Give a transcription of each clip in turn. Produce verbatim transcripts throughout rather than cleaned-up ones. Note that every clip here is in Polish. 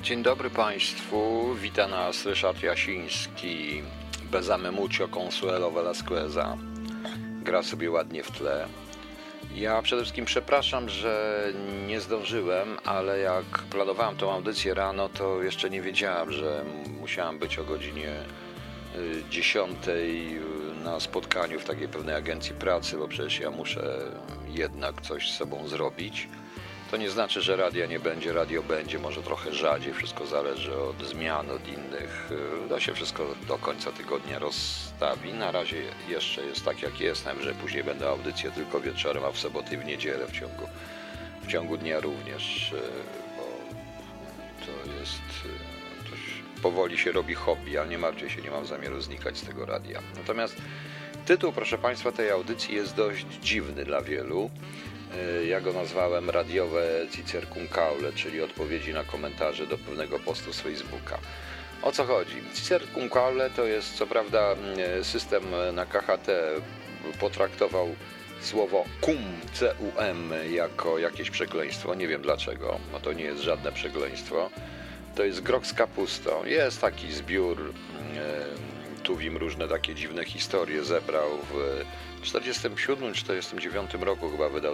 Dzień dobry Państwu, wita nas Ryszard Jasiński, Besame mucho Consuelo Velasqueza, gra sobie ładnie w tle. Ja przede wszystkim przepraszam, że nie zdążyłem, ale jak planowałem tą audycję rano, to jeszcze nie wiedziałem, że musiałem być o godzinie dziesiątej na spotkaniu w takiej pewnej agencji pracy, bo przecież ja muszę jednak coś z sobą zrobić. To nie znaczy, że radia nie będzie, radio będzie, może trochę rzadziej, wszystko zależy od zmian, od innych. Da się wszystko do końca tygodnia rozstawi. Na razie jeszcze jest tak, jak jest, że później będą audycje tylko wieczorem, a w soboty i w niedzielę w ciągu, w ciągu dnia również, bo to jest, coś powoli się robi hobby, ale nie martwcie się, nie mam zamiaru znikać z tego radia. Natomiast tytuł, proszę Państwa, tej audycji jest dość dziwny dla wielu. Ja go nazwałem radiowe Cicercuncaule, czyli odpowiedzi na komentarze do pewnego postu z Facebooka. O co chodzi? Cicercuncaule to jest, co prawda, system na K H T potraktował słowo cum, C U M, jako jakieś przekleństwo. Nie wiem dlaczego, no to nie jest żadne przekleństwo. To jest grok z kapustą. Jest taki zbiór, Tuwim różne takie dziwne historie zebrał w czterdziestym siódmym czterdziestym dziewiątym roku chyba wydał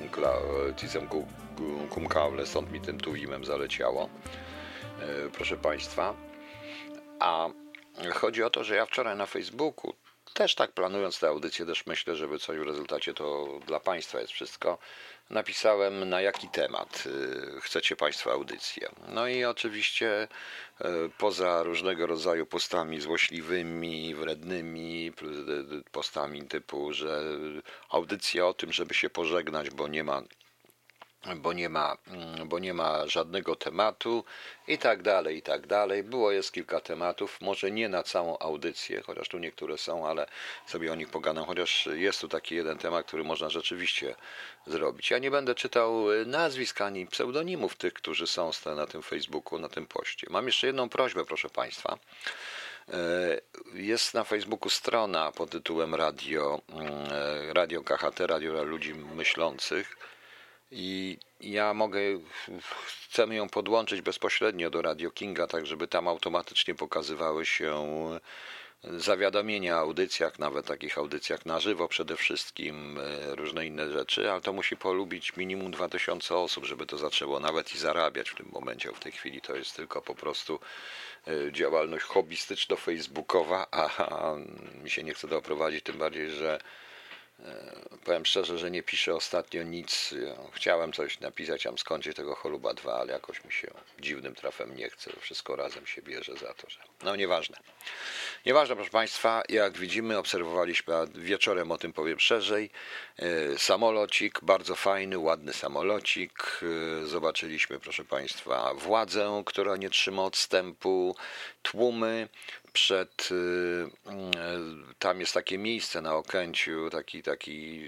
Cicercuncaule, stąd mi tym Tuwimem zaleciało, proszę Państwa. A chodzi o to, że ja wczoraj na Facebooku, też tak planując tę audycję, też myślę, żeby coś w rezultacie to dla Państwa jest wszystko, napisałem, na jaki temat chcecie Państwo audycję. No i oczywiście poza różnego rodzaju postami złośliwymi, wrednymi, postami typu, że audycja o tym, żeby się pożegnać, bo nie ma bo nie ma, bo nie ma żadnego tematu i tak dalej, i tak dalej. Było, jest kilka tematów, może nie na całą audycję, chociaż tu niektóre są, ale sobie o nich pogadam, chociaż jest tu taki jeden temat, który można rzeczywiście zrobić. Ja nie będę czytał nazwisk ani pseudonimów tych, którzy są na tym Facebooku, na tym poście. Mam jeszcze jedną prośbę, proszę Państwa. Jest na Facebooku strona pod tytułem Radio, Radio K H T, Radio dla Ludzi Myślących. I ja mogę, chcemy ją podłączyć bezpośrednio do Radio Kinga, tak żeby tam automatycznie pokazywały się zawiadomienia o audycjach, nawet takich audycjach na żywo przede wszystkim, różne inne rzeczy, ale to musi polubić minimum dwa tysiące osób, żeby to zaczęło nawet i zarabiać w tym momencie. W tej chwili to jest tylko po prostu działalność hobbystyczno-facebookowa, a mi się nie chce doprowadzić, tym bardziej, że powiem szczerze, że nie piszę ostatnio nic. Chciałem coś napisać, tam skądś tego Choluba dwa, ale jakoś mi się dziwnym trafem nie chce. Wszystko razem się bierze za to, że... No nieważne. Nieważne, proszę Państwa, jak widzimy, obserwowaliśmy, a wieczorem o tym powiem szerzej, samolocik, bardzo fajny, ładny samolocik. Zobaczyliśmy, proszę Państwa, władzę, która nie trzyma odstępu, tłumy. Przed, tam jest takie miejsce na Okęciu, taki, taki,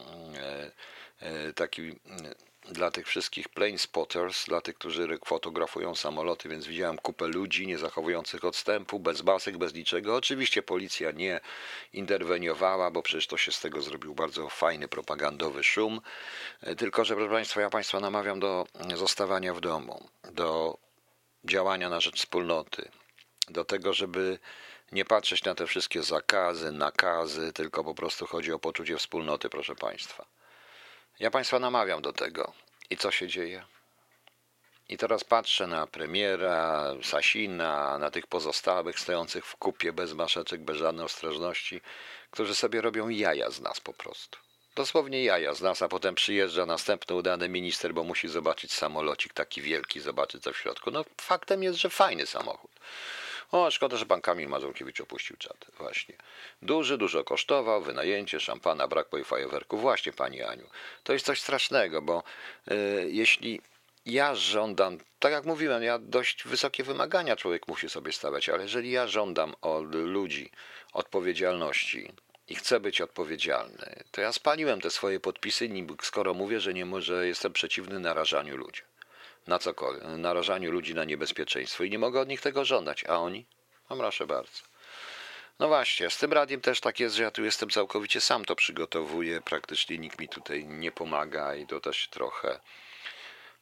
taki dla tych wszystkich plane spotters, dla tych, którzy fotografują samoloty, więc widziałem kupę ludzi nie zachowujących odstępu, bez masek, bez niczego. Oczywiście policja nie interweniowała, bo przecież to się z tego zrobił bardzo fajny propagandowy szum. Tylko że, proszę Państwa, ja Państwa namawiam do zostawania w domu, do działania na rzecz wspólnoty, do tego, żeby nie patrzeć na te wszystkie zakazy, nakazy, tylko po prostu chodzi o poczucie wspólnoty, proszę Państwa. Ja Państwa namawiam do tego. I co się dzieje? I teraz patrzę na premiera, Sasina, na tych pozostałych stojących w kupie bez maszeczek, bez żadnej ostrożności, którzy sobie robią jaja z nas po prostu. Dosłownie jaja z nas, a potem przyjeżdża następny udany minister, bo musi zobaczyć samolocik taki wielki, zobaczyć co w środku. No faktem jest, że fajny samochód. O, szkoda, że pan Kamil Mazurkiewicz opuścił czat. Właśnie. Duży, dużo kosztował, wynajęcie, szampana, brakło i fajerwerków. Właśnie, pani Aniu. To jest coś strasznego, bo y, jeśli ja żądam, tak jak mówiłem, ja dość wysokie wymagania człowiek musi sobie stawiać, ale jeżeli ja żądam od ludzi odpowiedzialności i chcę być odpowiedzialny, to ja spaliłem te swoje podpisy, skoro mówię, że nie może, jestem przeciwny narażaniu ludzi. Na cokolwiek, narażaniu ludzi na niebezpieczeństwo i nie mogę od nich tego żądać, a oni? No proszę bardzo. No właśnie, z tym radiem też tak jest, że ja tu jestem całkowicie sam to przygotowuję, praktycznie nikt mi tutaj nie pomaga i to też trochę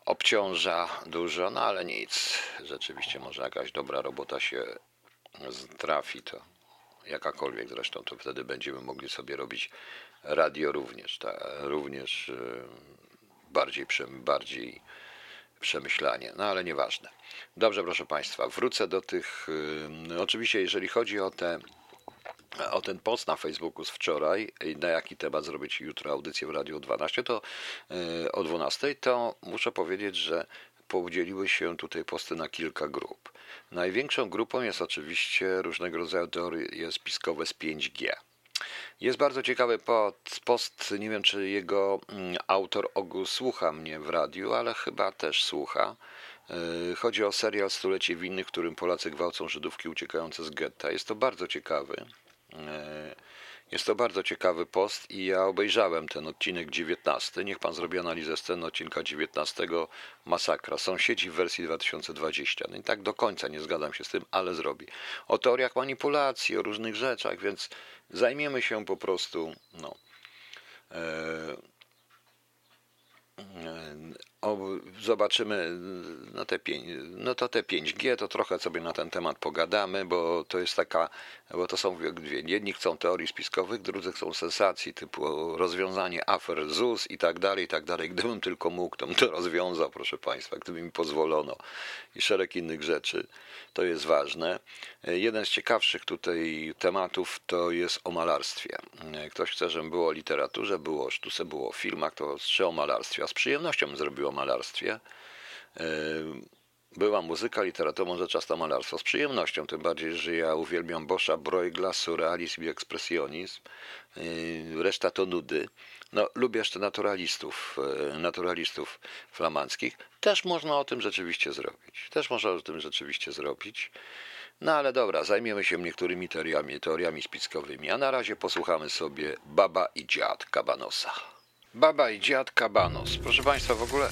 obciąża dużo, no ale nic. Rzeczywiście może jakaś dobra robota się trafi, to jakakolwiek zresztą, to wtedy będziemy mogli sobie robić radio również, ta, również bardziej, bardziej przemyślanie, no ale nieważne. Dobrze, proszę Państwa, wrócę do tych, oczywiście jeżeli chodzi o te o ten post na Facebooku z wczoraj, na jaki temat zrobić jutro audycję w Radiu dwanaście, to o dwunastej, to muszę powiedzieć, że podzieliły się tutaj posty na kilka grup. Największą grupą jest oczywiście różnego rodzaju teorie spiskowe z pięć G. Jest bardzo ciekawy post, nie wiem czy jego autor Ogu słucha mnie w radiu, ale chyba też słucha. Chodzi o serial Stulecie Winnych, w którym Polacy gwałcą Żydówki uciekające z getta. Jest to bardzo ciekawy. Jest to bardzo ciekawy post i ja obejrzałem ten odcinek dziewiętnasty. Niech pan zrobi analizę sceny odcinka dziewiętnastego. Masakra. Sąsiedzi w wersji dwa tysiące dwudziestej. No i tak do końca nie zgadzam się z tym, ale zrobi. O teoriach manipulacji, o różnych rzeczach, więc zajmiemy się po prostu, no, e, o, zobaczymy, no, te pięć, no to te pięć G, to trochę sobie na ten temat pogadamy, bo to jest taka, bo to są dwie, jedni chcą teorii spiskowych, drudzy chcą sensacji, typu rozwiązanie afer Z U S i tak dalej, i tak dalej. Gdybym tylko mógł, to bym to rozwiązał, proszę Państwa, gdyby mi pozwolono i szereg innych rzeczy, to jest ważne. Jeden z ciekawszych tutaj tematów to jest o malarstwie. Ktoś chce, żeby było o literaturze, było o sztuce, było o filmach, to czy o malarstwie, a z przyjemnością zrobił o malarstwie. Była muzyka, literatura, może czas na malarstwo. Z przyjemnością, tym bardziej, że ja uwielbiam Boscha, Bruegla, surrealizm i ekspresjonizm. Reszta to nudy. No, lubię jeszcze naturalistów, naturalistów flamandzkich. Też można o tym rzeczywiście zrobić. Też można o tym rzeczywiście zrobić. No ale dobra, zajmiemy się niektórymi teoriami, teoriami spiskowymi. A na razie posłuchamy sobie Baba i dziad Kabanosa. Baba i dziad Kabanos. Proszę Państwa, w ogóle...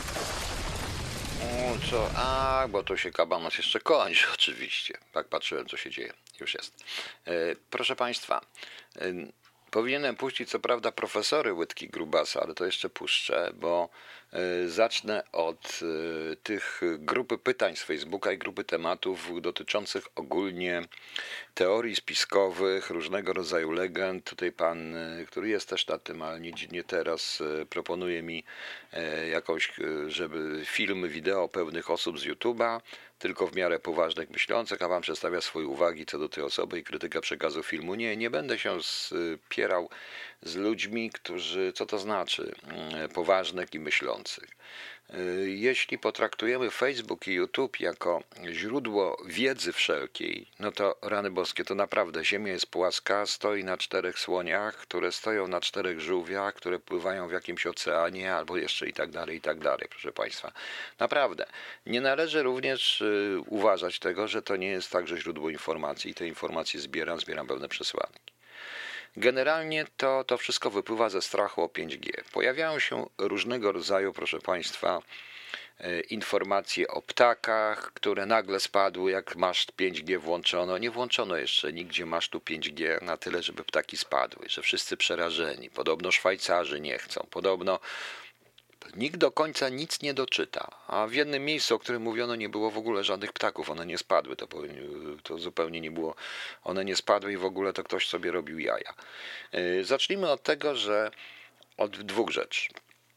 O, co? A, bo to się Kabanos jeszcze kończy oczywiście. Tak patrzyłem, co się dzieje. Już jest. E, proszę Państwa, e, powinienem puścić co prawda profesory Łydki Grubasa, ale to jeszcze puszczę, bo e, zacznę od e, tych grupy pytań z Facebooka i grupy tematów dotyczących ogólnie teorii spiskowych, różnego rodzaju legend. Tutaj pan, który jest też na tym, ale nie, nie teraz, proponuje mi jakąś, żeby film, wideo pewnych osób z YouTube'a, tylko w miarę poważnych, myślących, a pan przedstawia swoje uwagi co do tej osoby i krytykę przekazu filmu. Nie, nie będę się spierał z ludźmi, którzy, co to znaczy, poważnych i myślących. Jeśli potraktujemy Facebook i YouTube jako źródło wiedzy wszelkiej, no to rany boskie, to naprawdę Ziemia jest płaska, stoi na czterech słoniach, które stoją na czterech żółwiach, które pływają w jakimś oceanie albo jeszcze i tak dalej, i tak dalej, proszę Państwa. Naprawdę. Nie należy również y, uważać tego, że to nie jest także źródło informacji i te informacje zbieram, zbieram pewne przesłanki. Generalnie to, to wszystko wypływa ze strachu o pięć G. Pojawiają się różnego rodzaju, proszę Państwa, informacje o ptakach, które nagle spadły, jak maszt pięć G włączono. Nie włączono jeszcze nigdzie masztu pięć G na tyle, żeby ptaki spadły, że wszyscy przerażeni. Podobno Szwajcarzy nie chcą, podobno nikt do końca nic nie doczyta, a w jednym miejscu, o którym mówiono, nie było w ogóle żadnych ptaków, one nie spadły, to, to zupełnie nie było, one nie spadły i w ogóle to ktoś sobie robił jaja. Zacznijmy od tego, że od dwóch rzeczy.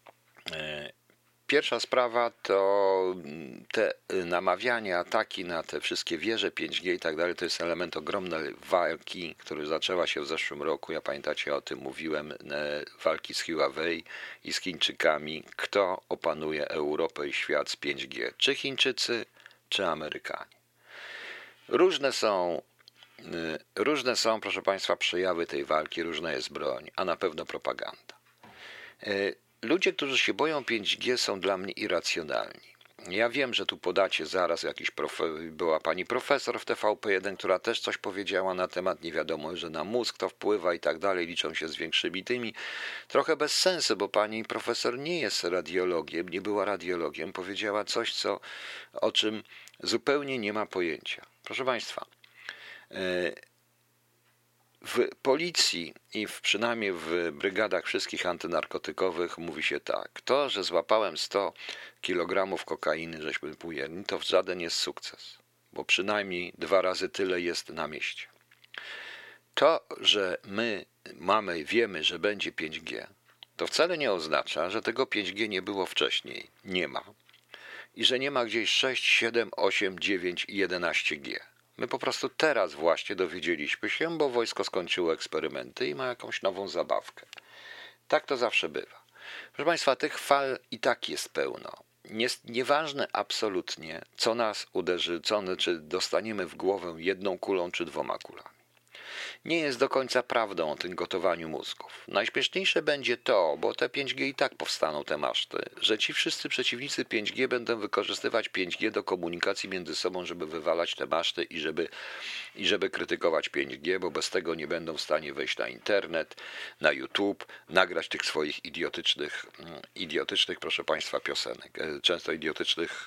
Pierwsza sprawa to te namawiania, ataki na te wszystkie wieże pięć G i tak dalej, to jest element ogromnej walki, która zaczęła się w zeszłym roku, ja pamiętacie, o tym mówiłem, walki z Huawei i z Chińczykami, kto opanuje Europę i świat z pięć G, czy Chińczycy, czy Amerykanie. Różne są, różne są, proszę Państwa, przejawy tej walki, różna jest broń, a na pewno propaganda. Ludzie, którzy się boją pięć G, są dla mnie irracjonalni. Ja wiem, że tu podacie zaraz jakiś profe- była pani profesor w T V P jeden, która też coś powiedziała na temat, nie wiadomo, że na mózg to wpływa i tak dalej, liczą się z większymi tymi. Trochę bez sensu, bo pani profesor nie jest radiologiem, nie była radiologiem, powiedziała coś, co, o czym zupełnie nie ma pojęcia. Proszę Państwa, W policji i w, przynajmniej w brygadach wszystkich antynarkotykowych mówi się tak. To, że złapałem sto kilogramów kokainy, żeśmy ujęli, to żaden jest sukces, bo przynajmniej dwa razy tyle jest na mieście. To, że my mamy, wiemy, że będzie pięć G, to wcale nie oznacza, że tego pięć G nie było wcześniej. Nie ma. I że nie ma gdzieś sześć, siedem, osiem, dziewięć i jedenaście G. My po prostu teraz właśnie dowiedzieliśmy się, bo wojsko skończyło eksperymenty i ma jakąś nową zabawkę. Tak to zawsze bywa. Proszę Państwa, tych fal i tak jest pełno. Jest nieważne absolutnie, co nas uderzy, co, czy dostaniemy w głowę jedną kulą, czy dwoma kulami. Nie jest do końca prawdą o tym gotowaniu mózgów. Najśmieszniejsze będzie to, bo te pięć G i tak powstaną, te maszty, że ci wszyscy przeciwnicy pięć G będą wykorzystywać pięć G do komunikacji między sobą, żeby wywalać te maszty i żeby, i żeby krytykować pięć G, bo bez tego nie będą w stanie wejść na internet, na YouTube, nagrać tych swoich idiotycznych, idiotycznych, proszę Państwa, piosenek, często idiotycznych,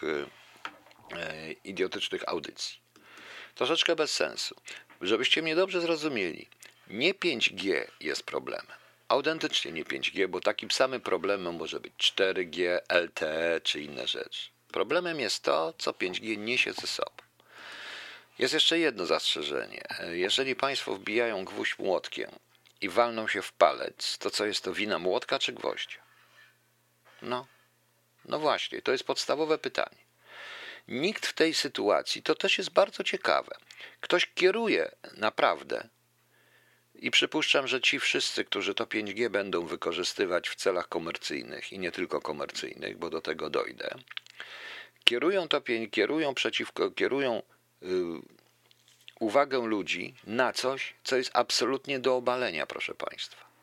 idiotycznych audycji. Troszeczkę bez sensu. Żebyście mnie dobrze zrozumieli, nie pięć G jest problemem. Autentycznie nie pięć G, bo takim samym problemem może być cztery G, L T E czy inne rzeczy. Problemem jest to, co pięć G niesie ze sobą. Jest jeszcze jedno zastrzeżenie. Jeżeli Państwo wbijają gwóźdź młotkiem i walną się w palec, to co jest to, wina młotka czy gwoździa? No, no właśnie, to jest podstawowe pytanie. Nikt w tej sytuacji, to też jest bardzo ciekawe, ktoś kieruje naprawdę i przypuszczam, że ci wszyscy, którzy to pięć G będą wykorzystywać w celach komercyjnych i nie tylko komercyjnych, bo do tego dojdę, kierują to kierują przeciwko, kierują yy, uwagę ludzi na coś, co jest absolutnie do obalenia, proszę Państwa.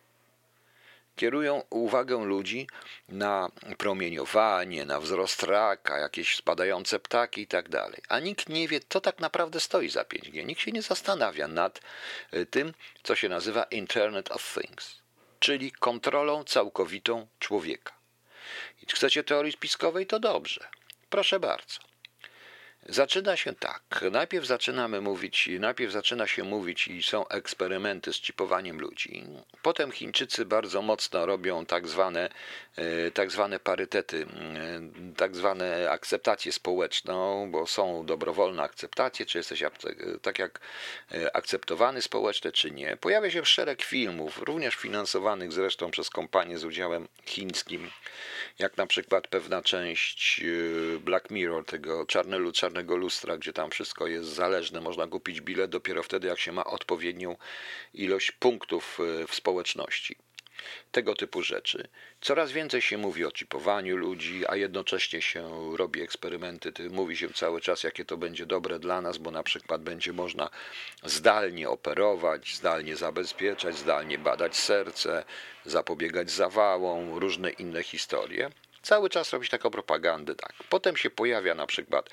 Kierują uwagę ludzi na promieniowanie, na wzrost raka, jakieś spadające ptaki i tak dalej. A nikt nie wie, co tak naprawdę stoi za pięć G. Nikt się nie zastanawia nad tym, co się nazywa Internet of Things, czyli kontrolą całkowitą człowieka. I chcecie teorii spiskowej, to dobrze. Proszę bardzo. Zaczyna się tak. Najpierw zaczynamy mówić, najpierw zaczyna się mówić i są eksperymenty z chipowaniem ludzi. Potem Chińczycy bardzo mocno robią tak zwane, tak zwane parytety, tak zwane akceptację społeczną, bo są dobrowolne akceptacje, czy jesteś tak jak akceptowany społecznie, czy nie. Pojawia się szereg filmów, również finansowanych zresztą przez kompanię z udziałem chińskim, jak na przykład pewna część Black Mirror, tego czarnego, czarnego lustra, gdzie tam wszystko jest zależne, można kupić bilet dopiero wtedy, jak się ma odpowiednią ilość punktów w społeczności. Tego typu rzeczy. Coraz więcej się mówi o chipowaniu ludzi, a jednocześnie się robi eksperymenty. Mówi się cały czas, jakie to będzie dobre dla nas, bo na przykład będzie można zdalnie operować, zdalnie zabezpieczać, zdalnie badać serce, zapobiegać zawałom, różne inne historie. Cały czas robić taką propagandę. Tak. Potem się pojawia na przykład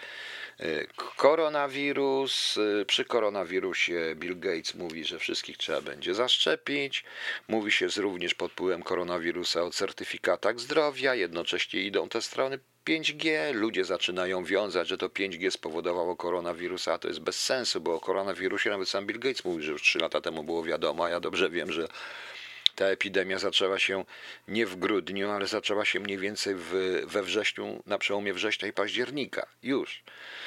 koronawirus. Przy koronawirusie Bill Gates mówi, że wszystkich trzeba będzie zaszczepić. Mówi się również pod wpływem koronawirusa o certyfikatach zdrowia. Jednocześnie idą te strony pięć G. Ludzie zaczynają wiązać, że to pięć G spowodowało koronawirusa, a to jest bez sensu, bo o koronawirusie nawet sam Bill Gates mówi, że już trzy lata temu było wiadomo, a ja dobrze wiem, że ta epidemia zaczęła się nie w grudniu, ale zaczęła się mniej więcej w, we wrześniu, na przełomie września i października. Już.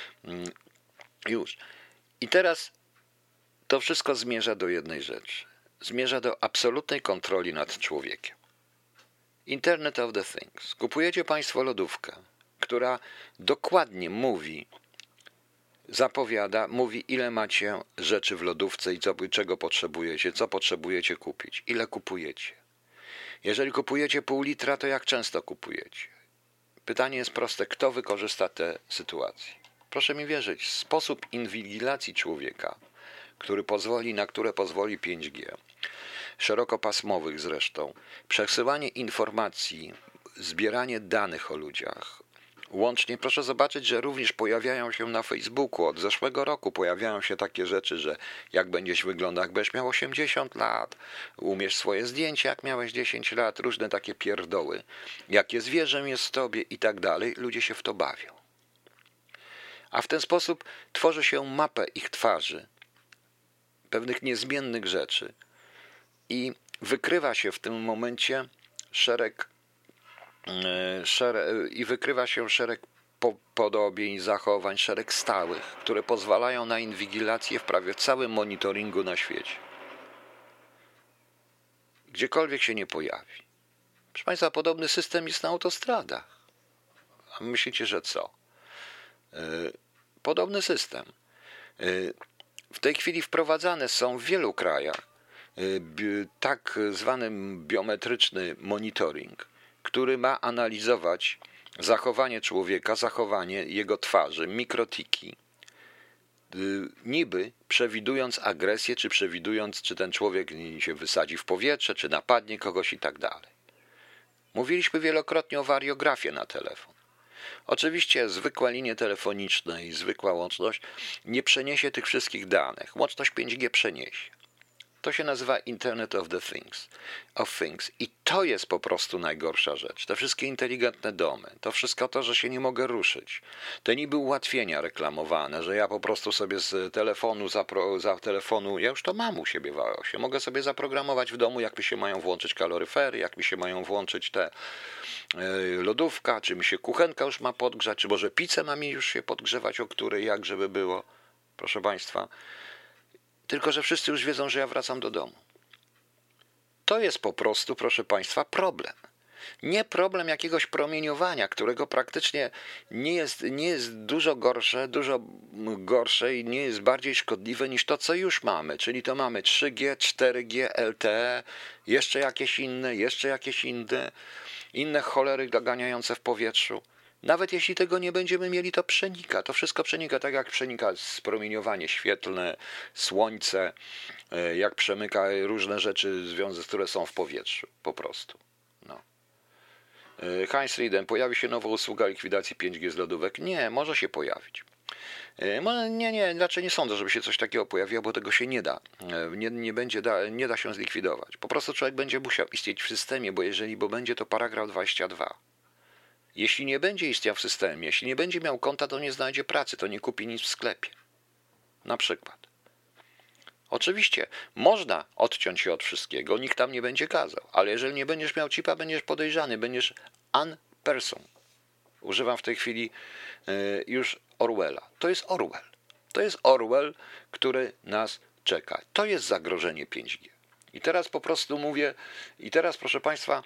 Już. I teraz to wszystko zmierza do jednej rzeczy. Zmierza do absolutnej kontroli nad człowiekiem. Internet of the Things. Kupujecie Państwo lodówkę, która dokładnie mówi, zapowiada, mówi, ile macie rzeczy w lodówce i co, czego potrzebujecie, co potrzebujecie kupić, ile kupujecie. Jeżeli kupujecie pół litra, to jak często kupujecie? Pytanie jest proste, kto wykorzysta tę sytuację? Proszę mi wierzyć, sposób inwigilacji człowieka, który pozwoli, na które pozwoli pięć G, szerokopasmowych zresztą, przesyłanie informacji, zbieranie danych o ludziach. Łącznie proszę zobaczyć, że również pojawiają się na Facebooku. Od zeszłego roku pojawiają się takie rzeczy, że jak będziesz wyglądał, jak będziesz miał osiemdziesiąt lat, umiesz swoje zdjęcie, jak miałeś dziesięć lat, różne takie pierdoły, jakie zwierzę jest w tobie i tak dalej. Ludzie się w to bawią. A w ten sposób tworzy się mapę ich twarzy, pewnych niezmiennych rzeczy i wykrywa się w tym momencie szereg, szereg i wykrywa się szereg podobieństw, zachowań, szereg stałych, które pozwalają na inwigilację w prawie całym monitoringu na świecie. Gdziekolwiek się nie pojawi. Proszę Państwa, podobny system jest na autostradach. A myślicie, że co? Podobny system. W tej chwili wprowadzane są w wielu krajach tak zwany biometryczny monitoring, który ma analizować zachowanie człowieka, zachowanie jego twarzy, mikrotiki, niby przewidując agresję, czy przewidując, czy ten człowiek się wysadzi w powietrze, czy napadnie kogoś i tak dalej. Mówiliśmy wielokrotnie o wariografii na telefon. Oczywiście zwykłe linie telefoniczne i zwykła łączność nie przeniesie tych wszystkich danych. Łączność pięć G przeniesie. To się nazywa Internet of the Things, of Things. I to jest po prostu najgorsza rzecz. Te wszystkie inteligentne domy, to wszystko to, że się nie mogę ruszyć. Te niby ułatwienia reklamowane, że ja po prostu sobie z telefonu, za, pro, za telefonu, ja już to mam u siebie w iOSie, mogę sobie zaprogramować w domu, jak mi się mają włączyć kaloryfery, jak mi się mają włączyć te yy, lodówka, czy mi się kuchenka już ma podgrzać, czy może pizzę ma mi już się podgrzewać, o której jak żeby było. Proszę Państwa. Tylko że wszyscy już wiedzą, że ja wracam do domu. To jest po prostu, proszę Państwa, problem. Nie problem jakiegoś promieniowania, którego praktycznie nie jest, nie jest dużo gorsze, dużo gorsze i nie jest bardziej szkodliwe niż to, co już mamy. Czyli to mamy trzy G, cztery G, L T E, jeszcze jakieś inne, jeszcze jakieś inne, inne cholery doganiające w powietrzu. Nawet jeśli tego nie będziemy mieli, to przenika. To wszystko przenika, tak jak przenika promieniowanie świetlne, słońce, jak przemyka różne rzeczy, które są w powietrzu. Po prostu. No. Heinz Rieden, pojawi się nowa usługa likwidacji pięć G z lodówek? Nie, może się pojawić. Nie, nie, raczej nie sądzę, żeby się coś takiego pojawiło, bo tego się nie da. Nie, nie, będzie da, nie da się zlikwidować. Po prostu człowiek będzie musiał istnieć w systemie, bo jeżeli, bo będzie to paragraf dwadzieścia dwa. Jeśli nie będzie istniał w systemie, jeśli nie będzie miał konta, to nie znajdzie pracy, to nie kupi nic w sklepie. Na przykład. Oczywiście można odciąć się od wszystkiego, nikt tam nie będzie kazał, ale jeżeli nie będziesz miał chipa, będziesz podejrzany, będziesz un person. Używam w tej chwili y, już Orwella. To jest Orwell. To jest Orwell, który nas czeka. To jest zagrożenie pięć G. I teraz po prostu mówię, i teraz proszę Państwa,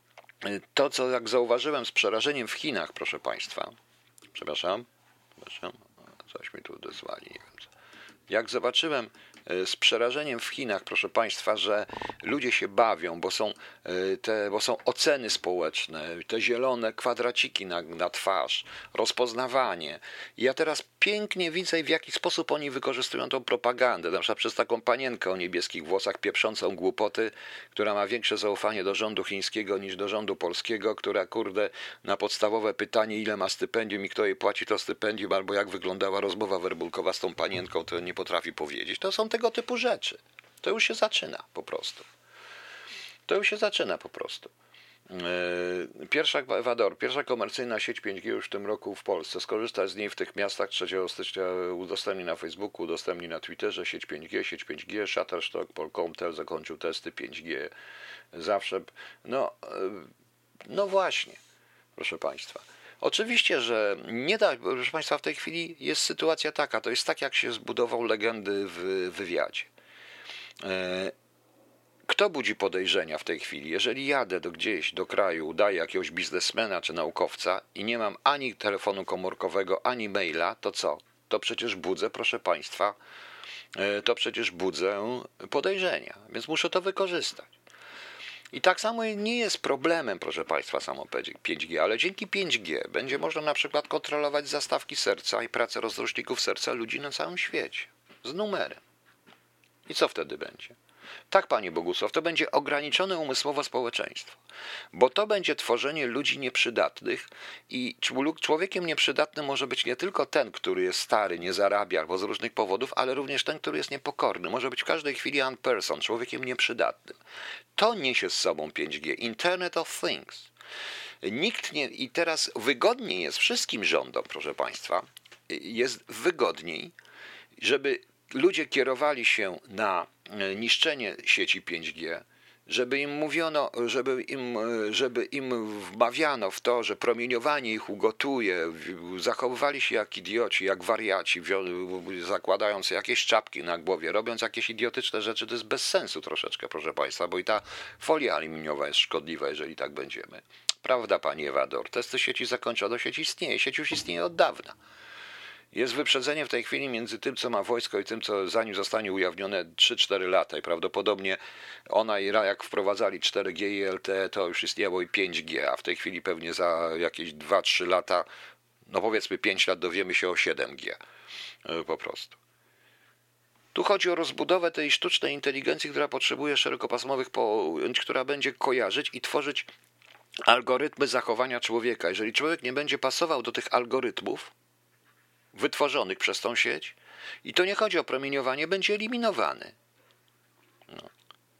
to, co jak zauważyłem z przerażeniem w Chinach, proszę Państwa, przepraszam, przepraszam, coś mi tu odezwali, nie wiem co. Jak zobaczyłem z przerażeniem w Chinach, proszę Państwa, że ludzie się bawią, bo są, te, bo są oceny społeczne, te zielone kwadraciki na, na twarz, rozpoznawanie. I ja teraz pięknie widzę, w jaki sposób oni wykorzystują tą propagandę. Na przykład przez taką panienkę o niebieskich włosach pieprzącą głupoty, która ma większe zaufanie do rządu chińskiego niż do rządu polskiego, która, kurde, na podstawowe pytanie, ile ma stypendium i kto jej płaci to stypendium, albo jak wyglądała rozmowa werbulkowa z tą panienką, to nie potrafi powiedzieć. To są tego typu rzeczy. To już się zaczyna po prostu. To już się zaczyna po prostu. Pierwsza, Ewador, pierwsza komercyjna sieć pięć G już w tym roku w Polsce. Skorzystać z niej w tych miastach trzeciego stycznia, udostępni na Facebooku, udostępni na Twitterze sieć pięć G, sieć pięć G, Shutterstock, Polkomtel zakończył testy pięć G. Zawsze, no, no właśnie, proszę Państwa. Oczywiście, że nie da, proszę Państwa, w tej chwili jest sytuacja taka, to jest tak, jak się zbudował legendy w wywiadzie. Kto budzi podejrzenia w tej chwili? Jeżeli jadę do gdzieś, do kraju, udaję jakiegoś biznesmena czy naukowca i nie mam ani telefonu komórkowego, ani maila, to co? To przecież budzę, proszę Państwa, to przecież budzę podejrzenia, więc muszę to wykorzystać. I tak samo nie jest problemem, proszę Państwa, samo pięć G, ale dzięki pięć G będzie można na przykład kontrolować zastawki serca i pracę rozruszników serca ludzi na całym świecie. Z numerem. I co wtedy będzie? Tak, Panie Bogusław, to będzie ograniczone umysłowo społeczeństwo, bo to będzie tworzenie ludzi nieprzydatnych i człowiekiem nieprzydatnym może być nie tylko ten, który jest stary, nie zarabia albo z różnych powodów, ale również ten, który jest niepokorny. Może być w każdej chwili un-person, człowiekiem nieprzydatnym. To niesie z sobą pięć G, Internet of Things. Nikt nie, i teraz wygodniej jest wszystkim rządom, proszę Państwa, jest wygodniej, żeby ludzie kierowali się na niszczenie sieci pięć G, żeby im mówiono, żeby im, żeby im wmawiano w to, że promieniowanie ich ugotuje, zachowywali się jak idioci, jak wariaci, zakładając jakieś czapki na głowie, robiąc jakieś idiotyczne rzeczy, to jest bez sensu troszeczkę, proszę Państwa, bo i ta folia aluminiowa jest szkodliwa, jeżeli tak będziemy. Prawda, Pani Ewador? Testy sieci zakończono, sieć istnieje, sieć już istnieje od dawna. Jest wyprzedzenie w tej chwili między tym, co ma wojsko i tym, co zanim zostanie ujawnione trzy cztery lata i prawdopodobnie ona i jak wprowadzali cztery G i L T E, to już istniało i pięć G, a w tej chwili pewnie za jakieś dwa trzy lata, no powiedzmy pięć lat dowiemy się o siedem G po prostu. Tu chodzi o rozbudowę tej sztucznej inteligencji, która potrzebuje szerokopasmowych pojęć, która będzie kojarzyć i tworzyć algorytmy zachowania człowieka. Jeżeli człowiek nie będzie pasował do tych algorytmów wytworzonych przez tą sieć, i to nie chodzi o promieniowanie, będzie eliminowany. No.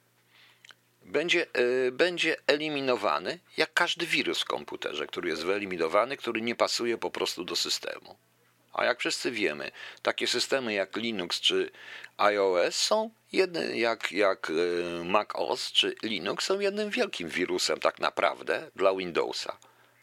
Będzie, yy, będzie eliminowany jak każdy wirus w komputerze, który jest wyeliminowany, który nie pasuje po prostu do systemu. A jak wszyscy wiemy, takie systemy jak Linux czy iOS są jednym, jak, jak Mac O S czy Linux są jednym wielkim wirusem tak naprawdę dla Windowsa.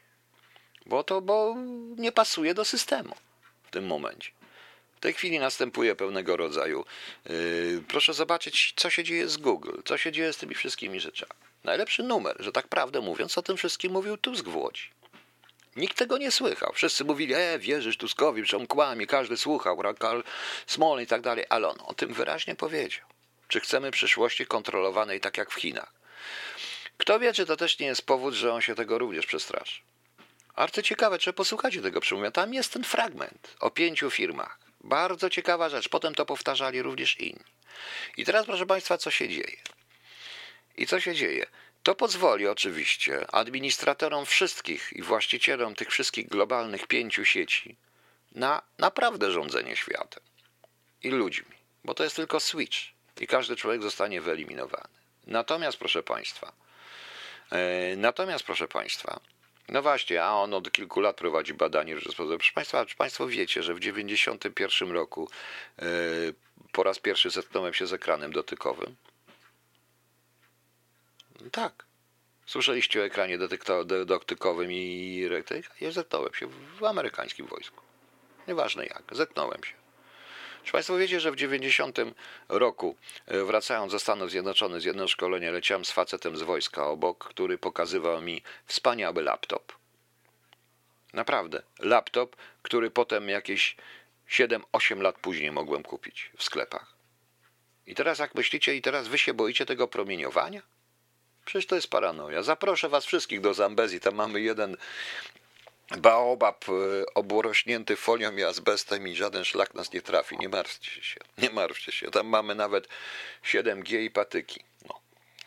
Bo to bo nie pasuje do systemu w tym momencie. W tej chwili następuje pewnego rodzaju. Yy, proszę zobaczyć, co się dzieje z Google, co się dzieje z tymi wszystkimi rzeczami. Najlepszy numer, że tak prawdę mówiąc, o tym wszystkim mówił Tusk w Łodzi. Nikt tego nie słychał. Wszyscy mówili, e, wierzysz Tuskowi, że on kłamie, każdy słuchał, Karl Smol i tak dalej, ale on o tym wyraźnie powiedział. Czy chcemy przyszłości kontrolowanej tak jak w Chinach? Kto wie, czy to też nie jest powód, że on się tego również przestraszy. Bardzo ciekawe, czy posłuchacie tego przemówienia. Tam jest ten fragment o pięciu firmach. Bardzo ciekawa rzecz. Potem to powtarzali również inni. I teraz, proszę Państwa, co się dzieje? I co się dzieje? To pozwoli oczywiście administratorom wszystkich i właścicielom tych wszystkich globalnych pięciu sieci na naprawdę rządzenie światem i ludźmi, bo to jest tylko switch i każdy człowiek zostanie wyeliminowany. Natomiast, proszę Państwa, yy, natomiast, proszę Państwa, no właśnie, a on od kilku lat prowadzi badanie w Rzeczypospolitej. Proszę Państwa, czy Państwo wiecie, że w dziewięćdziesiątym pierwszym roku yy, po raz pierwszy zetknąłem się z ekranem dotykowym? Tak. Słyszeliście o ekranie dotykowym i ja zetknąłem się w amerykańskim wojsku. Nieważne jak, zetknąłem się. Czy Państwo wiecie, że w dziewięćdziesiątym roku, wracając ze Stanów Zjednoczonych z jednego szkolenia, leciałem z facetem z wojska obok, który pokazywał mi wspaniały laptop. Naprawdę, laptop, który potem jakieś siedem osiem lat później mogłem kupić w sklepach. I teraz jak myślicie, i teraz wy się boicie tego promieniowania? Przecież to jest paranoja. Zaproszę was wszystkich do Zambezji. Tam mamy jeden baobab obrośnięty folią i azbestem i żaden szlak nas nie trafi. Nie martwcie się. Nie martwcie się. Tam mamy nawet siedem G i patyki. No.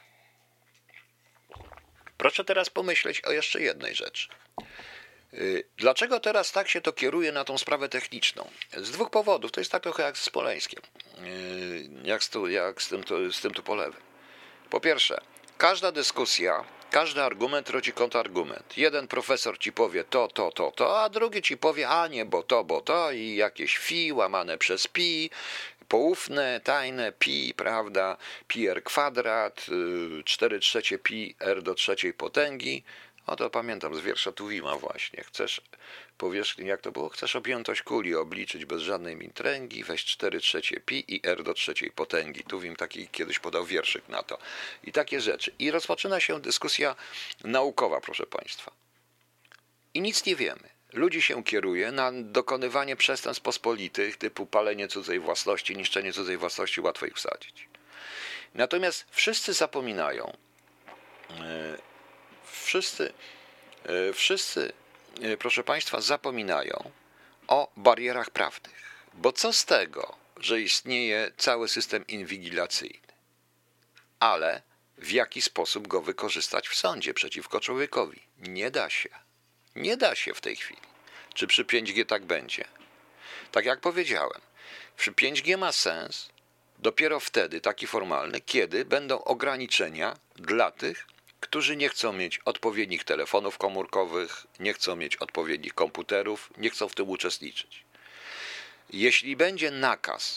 Proszę teraz pomyśleć o jeszcze jednej rzeczy. Dlaczego teraz tak się to kieruje na tą sprawę techniczną? Z dwóch powodów. To jest tak trochę jak z Poleńskiem. Jak z, tu, jak z tym, to, z tym tu polewem. Po pierwsze, każda dyskusja, każdy argument rodzi kontrargument. Jeden profesor ci powie to, to, to, to, a drugi ci powie, a nie, bo to, bo to i jakieś phi łamane przez pi, poufne, tajne pi, prawda, pi r kwadrat, cztery trzecie pi r do trzeciej potęgi. O to pamiętam z wiersza Tuwima właśnie. Chcesz powierzchnię, jak to było? Chcesz objętość kuli obliczyć bez żadnej mitręgi, weź cztery trzecie pi i r do trzeciej potęgi. Tuwim taki kiedyś podał wierszyk na to. I takie rzeczy. I rozpoczyna się dyskusja naukowa, proszę Państwa. I nic nie wiemy. Ludzi się kieruje na dokonywanie przestępstw pospolitych, typu palenie cudzej własności, niszczenie cudzej własności, łatwo ich wsadzić. Natomiast wszyscy zapominają, yy, wszyscy, yy, wszyscy proszę Państwa, zapominają o barierach prawnych. Bo co z tego, że istnieje cały system inwigilacyjny, ale w jaki sposób go wykorzystać w sądzie przeciwko człowiekowi? Nie da się. Nie da się w tej chwili. Czy przy pięć G tak będzie? Tak jak powiedziałem, przy pięć G ma sens dopiero wtedy, taki formalny, kiedy będą ograniczenia dla tych, którzy nie chcą mieć odpowiednich telefonów komórkowych, nie chcą mieć odpowiednich komputerów, nie chcą w tym uczestniczyć. Jeśli będzie nakaz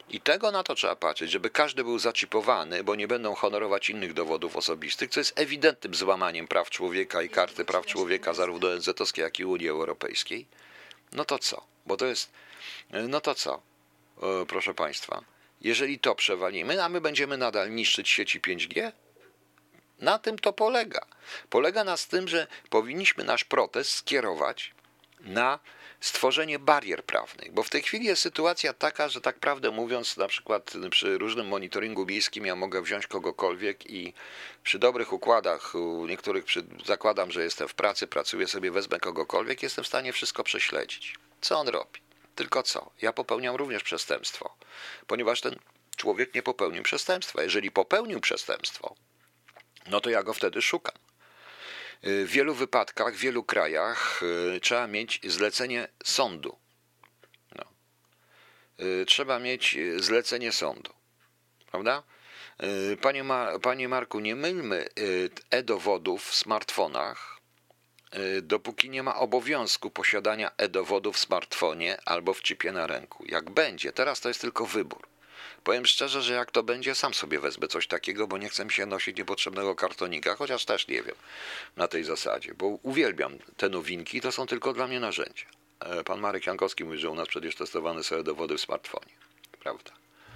I tego na to trzeba patrzeć, żeby każdy był zaczipowany, bo nie będą honorować innych dowodów osobistych, co jest ewidentnym złamaniem praw człowieka i karty praw człowieka zarówno O N Z-owskiej, jak i Unii Europejskiej. No to co? Bo to jest... No to co? E, proszę Państwa, jeżeli to przewalimy, a my będziemy nadal niszczyć sieci pięć G? Na tym to polega. Polega na tym, że powinniśmy nasz protest skierować na stworzenie barier prawnych, bo w tej chwili jest sytuacja taka, że tak prawdę mówiąc, na przykład przy różnym monitoringu miejskim ja mogę wziąć kogokolwiek i przy dobrych układach, u niektórych przy, zakładam, że jestem w pracy, pracuję sobie, wezmę kogokolwiek, jestem w stanie wszystko prześledzić. Co on robi? Tylko co? Ja popełniam również przestępstwo, ponieważ ten człowiek nie popełnił przestępstwa. Jeżeli popełnił przestępstwo, no to ja go wtedy szukam. W wielu wypadkach, w wielu krajach trzeba mieć zlecenie sądu. No. Trzeba mieć zlecenie sądu. Prawda? Panie, Ma- Panie Marku, nie mylmy e-dowodów w smartfonach, dopóki nie ma obowiązku posiadania e-dowodów w smartfonie albo w chipie na ręku. Jak będzie, teraz to jest tylko wybór. Powiem szczerze, że jak to będzie, sam sobie wezmę coś takiego, bo nie chcę mi się nosić niepotrzebnego kartonika, chociaż też nie wiem na tej zasadzie, bo uwielbiam te nowinki, to są tylko dla mnie narzędzia. Pan Marek Jankowski mówi, że u nas przecież testowane są dowody w smartfonie. Prawda?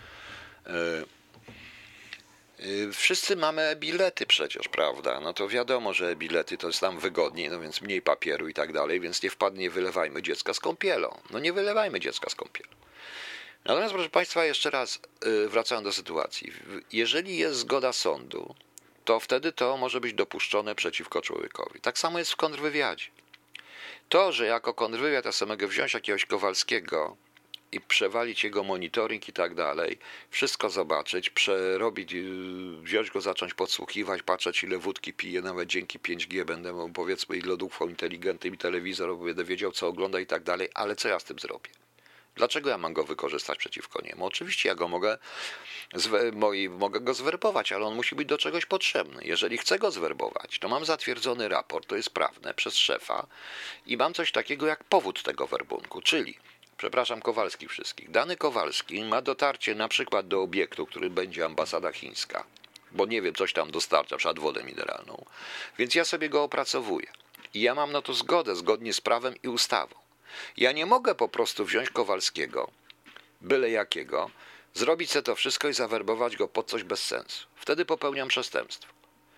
Wszyscy mamy e-bilety przecież, prawda? No to wiadomo, że e-bilety to jest tam wygodniej, no więc mniej papieru i tak dalej, więc nie wpadnie, nie wylewajmy dziecka z kąpielą. No nie wylewajmy dziecka z kąpielą. Natomiast, proszę Państwa, jeszcze raz wracając do sytuacji. Jeżeli jest zgoda sądu, to wtedy to może być dopuszczone przeciwko człowiekowi. Tak samo jest w kontrwywiadzie. To, że jako kontrwywiad ja sobie mogę wziąć jakiegoś Kowalskiego i przewalić jego monitoring i tak dalej, wszystko zobaczyć, przerobić, wziąć go, zacząć podsłuchiwać, patrzeć ile wódki pije, nawet dzięki pięć G będę mu, powiedzmy, i lodówką inteligentnym, i telewizor, będę wiedział, co ogląda i tak dalej, ale co ja z tym zrobię? Dlaczego ja mam go wykorzystać przeciwko niemu? Oczywiście ja go mogę, zwe- mogę go zwerbować, ale on musi być do czegoś potrzebny. Jeżeli chcę go zwerbować, to mam zatwierdzony raport, to jest prawne, przez szefa i mam coś takiego jak powód tego werbunku, czyli, przepraszam Kowalskich wszystkich, dany Kowalski ma dotarcie na przykład do obiektu, który będzie ambasada chińska, bo nie wiem, coś tam dostarcza, przykład wodę mineralną, więc ja sobie go opracowuję i ja mam na to zgodę, zgodnie z prawem i ustawą. Ja nie mogę po prostu wziąć Kowalskiego, byle jakiego, zrobić sobie to wszystko i zawerbować go pod coś bez sensu. Wtedy popełniam przestępstwo.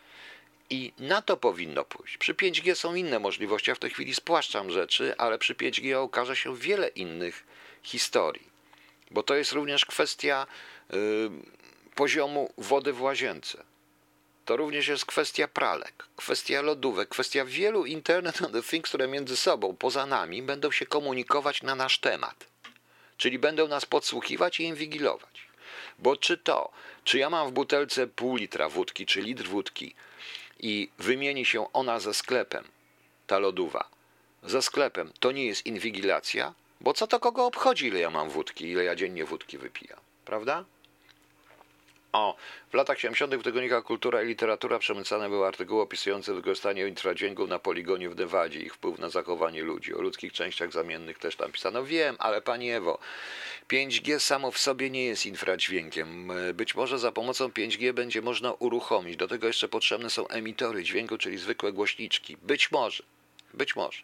I na to powinno pójść. Przy pięć G są inne możliwości, ja w tej chwili spłaszczam rzeczy, ale przy pięć G okaże się wiele innych historii. Bo to jest również kwestia yy, poziomu wody w łazience. To również jest kwestia pralek, kwestia lodówek, kwestia wielu Internet of the Things, które między sobą, poza nami, będą się komunikować na nasz temat. Czyli będą nas podsłuchiwać i inwigilować. Bo czy to, czy ja mam w butelce pół litra wódki, czy litr wódki i wymieni się ona ze sklepem, ta lodowa, ze sklepem, to nie jest inwigilacja? Bo co to kogo obchodzi, ile ja mam wódki, ile ja dziennie wódki wypijam, prawda? O, w latach siedemdziesiątych w tygodnikach Kultura i Literatura przemycane były artykuły opisujące wykorzystanie infradźwięków na poligonie w Nevadzie, ich wpływ na zachowanie ludzi. O ludzkich częściach zamiennych też tam pisano. Wiem, ale Pani Ewo, pięć G samo w sobie nie jest infradźwiękiem. Być może za pomocą pięć G będzie można uruchomić. Do tego jeszcze potrzebne są emitory dźwięku, czyli zwykłe głośniczki. Być może. Być może.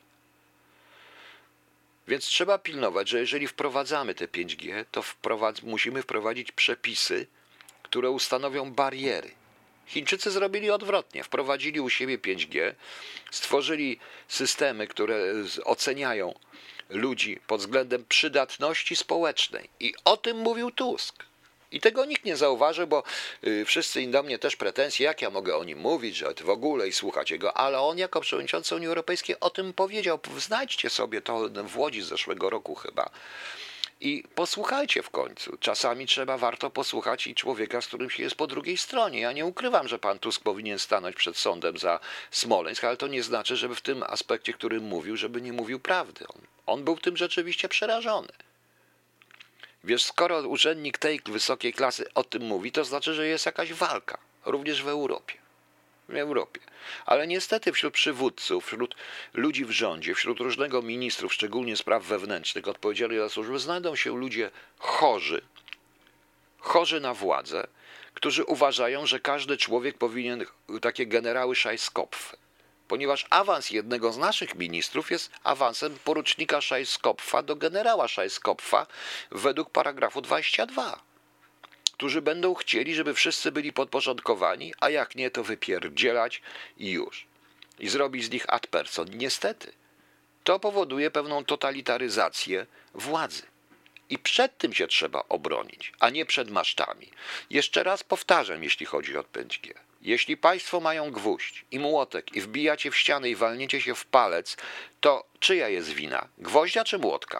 Więc trzeba pilnować, że jeżeli wprowadzamy te pięć G, to wprowadz- musimy wprowadzić przepisy, które ustanowią bariery. Chińczycy zrobili odwrotnie. Wprowadzili u siebie pięć G, stworzyli systemy, które oceniają ludzi pod względem przydatności społecznej. I o tym mówił Tusk. I tego nikt nie zauważył, bo y, wszyscy do mnie też pretensje, jak ja mogę o nim mówić, że w ogóle i słuchać jego, ale on jako przewodniczący Unii Europejskiej o tym powiedział. Znajdźcie sobie to w Łodzi z zeszłego roku chyba. I posłuchajcie w końcu. Czasami trzeba, warto posłuchać i człowieka, z którym się jest po drugiej stronie. Ja nie ukrywam, że pan Tusk powinien stanąć przed sądem za Smoleńsk, ale to nie znaczy, żeby w tym aspekcie, którym mówił, żeby nie mówił prawdy. On, on był tym rzeczywiście przerażony. Wiesz, skoro urzędnik tej wysokiej klasy o tym mówi, to znaczy, że jest jakaś walka, również w Europie. W Europie. Ale niestety wśród przywódców, wśród ludzi w rządzie, wśród różnego ministrów, szczególnie spraw wewnętrznych, odpowiedzialnych za służby, znajdą się ludzie chorzy, chorzy na władzę, którzy uważają, że każdy człowiek powinien takie generały Scheiskopfy. Ponieważ awans jednego z naszych ministrów jest awansem porucznika Scheiskopfa do generała Scheiskopfa według paragrafu dwudziestego drugiego, którzy będą chcieli, żeby wszyscy byli podporządkowani, a jak nie, to wypierdzielać i już. I zrobić z nich ad person. Niestety, to powoduje pewną totalitaryzację władzy. I przed tym się trzeba obronić, a nie przed masztami. Jeszcze raz powtarzam, jeśli chodzi o pięć G. Jeśli państwo mają gwóźdź i młotek i wbijacie w ścianę i walniecie się w palec, to czyja jest wina? Gwoździa czy młotka?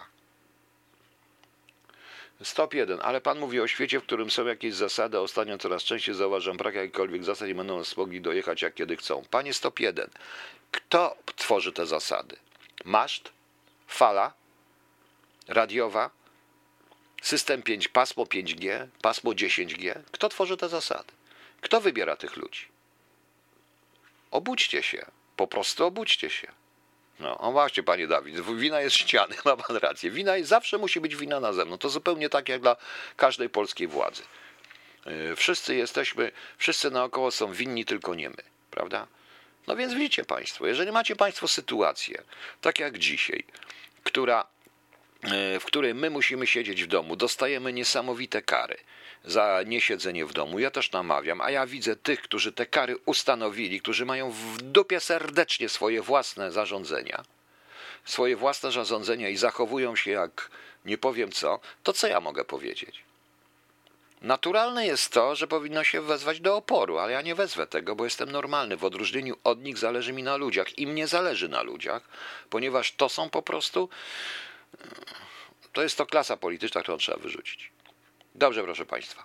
Stop jeden. Ale pan mówi o świecie, w którym są jakieś zasady, a ostatnio coraz częściej zauważam brak jakichkolwiek zasad i będą nas mogli dojechać jak kiedy chcą. Panie Stop jeden. Kto tworzy te zasady? Maszt? Fala? Radiowa? System pięć, pasmo pięć G? Pasmo dziesięć G? Kto tworzy te zasady? Kto wybiera tych ludzi? Obudźcie się. Po prostu obudźcie się. No, o właśnie, panie Dawid, wina jest ściany, ma pan rację. Wina jest, zawsze musi być wina na zewnątrz. To zupełnie tak jak dla każdej polskiej władzy. Wszyscy jesteśmy, wszyscy naokoło są winni, tylko nie my, prawda? No więc widzicie państwo, jeżeli macie państwo sytuację, tak jak dzisiaj, która, w której my musimy siedzieć w domu, dostajemy niesamowite kary za niesiedzenie w domu. Ja też namawiam, a ja widzę tych, którzy te kary ustanowili, którzy mają w dupie serdecznie swoje własne zarządzenia, swoje własne zarządzenia i zachowują się jak nie powiem co, to co ja mogę powiedzieć? Naturalne jest to, że powinno się wezwać do oporu, ale ja nie wezwę tego, bo jestem normalny. W odróżnieniu od nich zależy mi na ludziach. Im nie zależy na ludziach, ponieważ to są po prostu... To jest to klasa polityczna, którą trzeba wyrzucić. Dobrze, proszę państwa.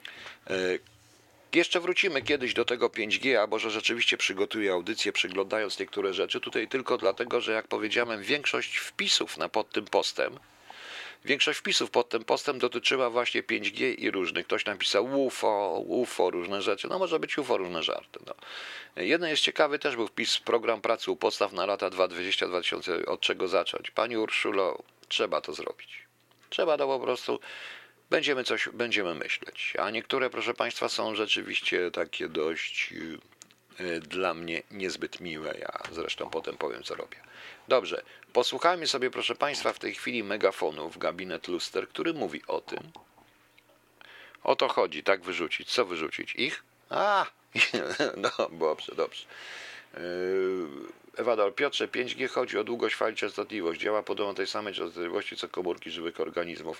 Jeszcze wrócimy kiedyś do tego pięć G, a może rzeczywiście przygotuję audycję, przyglądając niektóre rzeczy. Tutaj tylko dlatego, że jak powiedziałem, większość wpisów na pod tym postem, większość wpisów pod tym postem dotyczyła właśnie pięć G i różnych. Ktoś napisał U F O, U F O, różne rzeczy. No może być U F O, różne żarty. No. Jeden jest ciekawy, też był wpis program pracy u podstaw na lata dwa tysiące dwudziesty do dwa tysiące, od czego zacząć. Pani Urszulo, trzeba to zrobić. Trzeba to po prostu... Będziemy coś, będziemy myśleć. A niektóre, proszę państwa, są rzeczywiście takie dość y, dla mnie niezbyt miłe. Ja zresztą potem powiem, co robię. Dobrze, posłuchajmy sobie, proszę państwa, w tej chwili megafonów gabinet luster, który mówi o tym. O to chodzi, tak wyrzucić. Co wyrzucić? Ich? A, no dobrze, dobrze. Yy, Ewador, Piotrze, pięć G chodzi o długość fali, częstotliwość. Działa podobno tej samej częstotliwości, co komórki żywych organizmów.